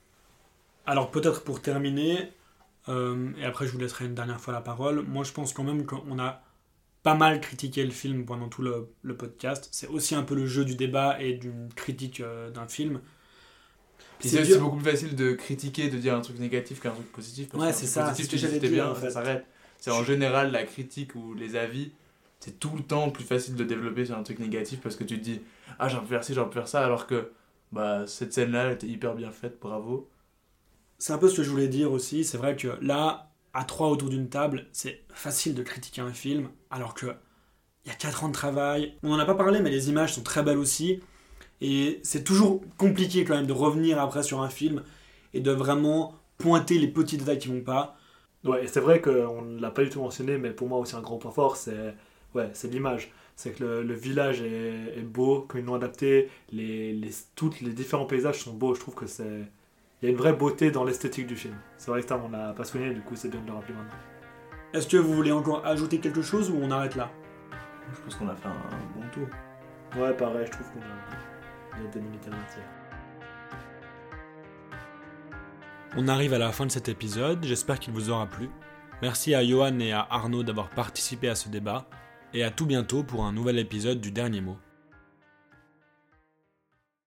Alors peut-être pour terminer, et après je vous laisserai une dernière fois la parole, moi je pense quand même qu'on a pas mal critiqué le film pendant tout le podcast. C'est aussi un peu le jeu du débat et d'une critique d'un film. Puis C'est c'est dur. aussi beaucoup plus facile de critiquer, de dire un truc négatif qu'un truc positif. Parce Ouais, qu'un c'est truc ça, positif, c'est ce que tu dis j'allais c'était dire, bien, en fait. ça s'arrête. C'est en général la critique ou les avis, c'est tout le temps plus facile de développer sur un truc négatif parce que tu te dis ah j'aurais pu faire ci, j'aurais pu faire ça, alors que bah cette scène-là elle était hyper bien faite, bravo. C'est un peu ce que je voulais dire aussi. C'est vrai que là, à 3 autour d'une table, c'est facile de critiquer un film, alors que il y a 4 ans de travail. On n'en a pas parlé, mais les images sont très belles aussi. Et c'est toujours compliqué quand même de revenir après sur un film et de vraiment pointer les petits détails qui vont pas. Ouais, et c'est vrai qu'on ne l'a pas du tout mentionné, mais pour moi aussi un grand point fort, c'est l'image. C'est que le village est beau, qu'ils l'ont adapté, tous les différents paysages sont beaux. Je trouve que il y a une vraie beauté dans l'esthétique du film. C'est vrai que ça, on l'a pas souligné, du coup c'est bien de le rappeler maintenant. Est-ce que vous voulez encore ajouter quelque chose ou on arrête là ? Je pense qu'on a fait un bon tour. Ouais, pareil, je trouve qu'on a délimité la matière. On arrive à la fin de cet épisode, j'espère qu'il vous aura plu. Merci à Johan et à Arnaud d'avoir participé à ce débat, et à tout bientôt pour un nouvel épisode du Dernier Mot.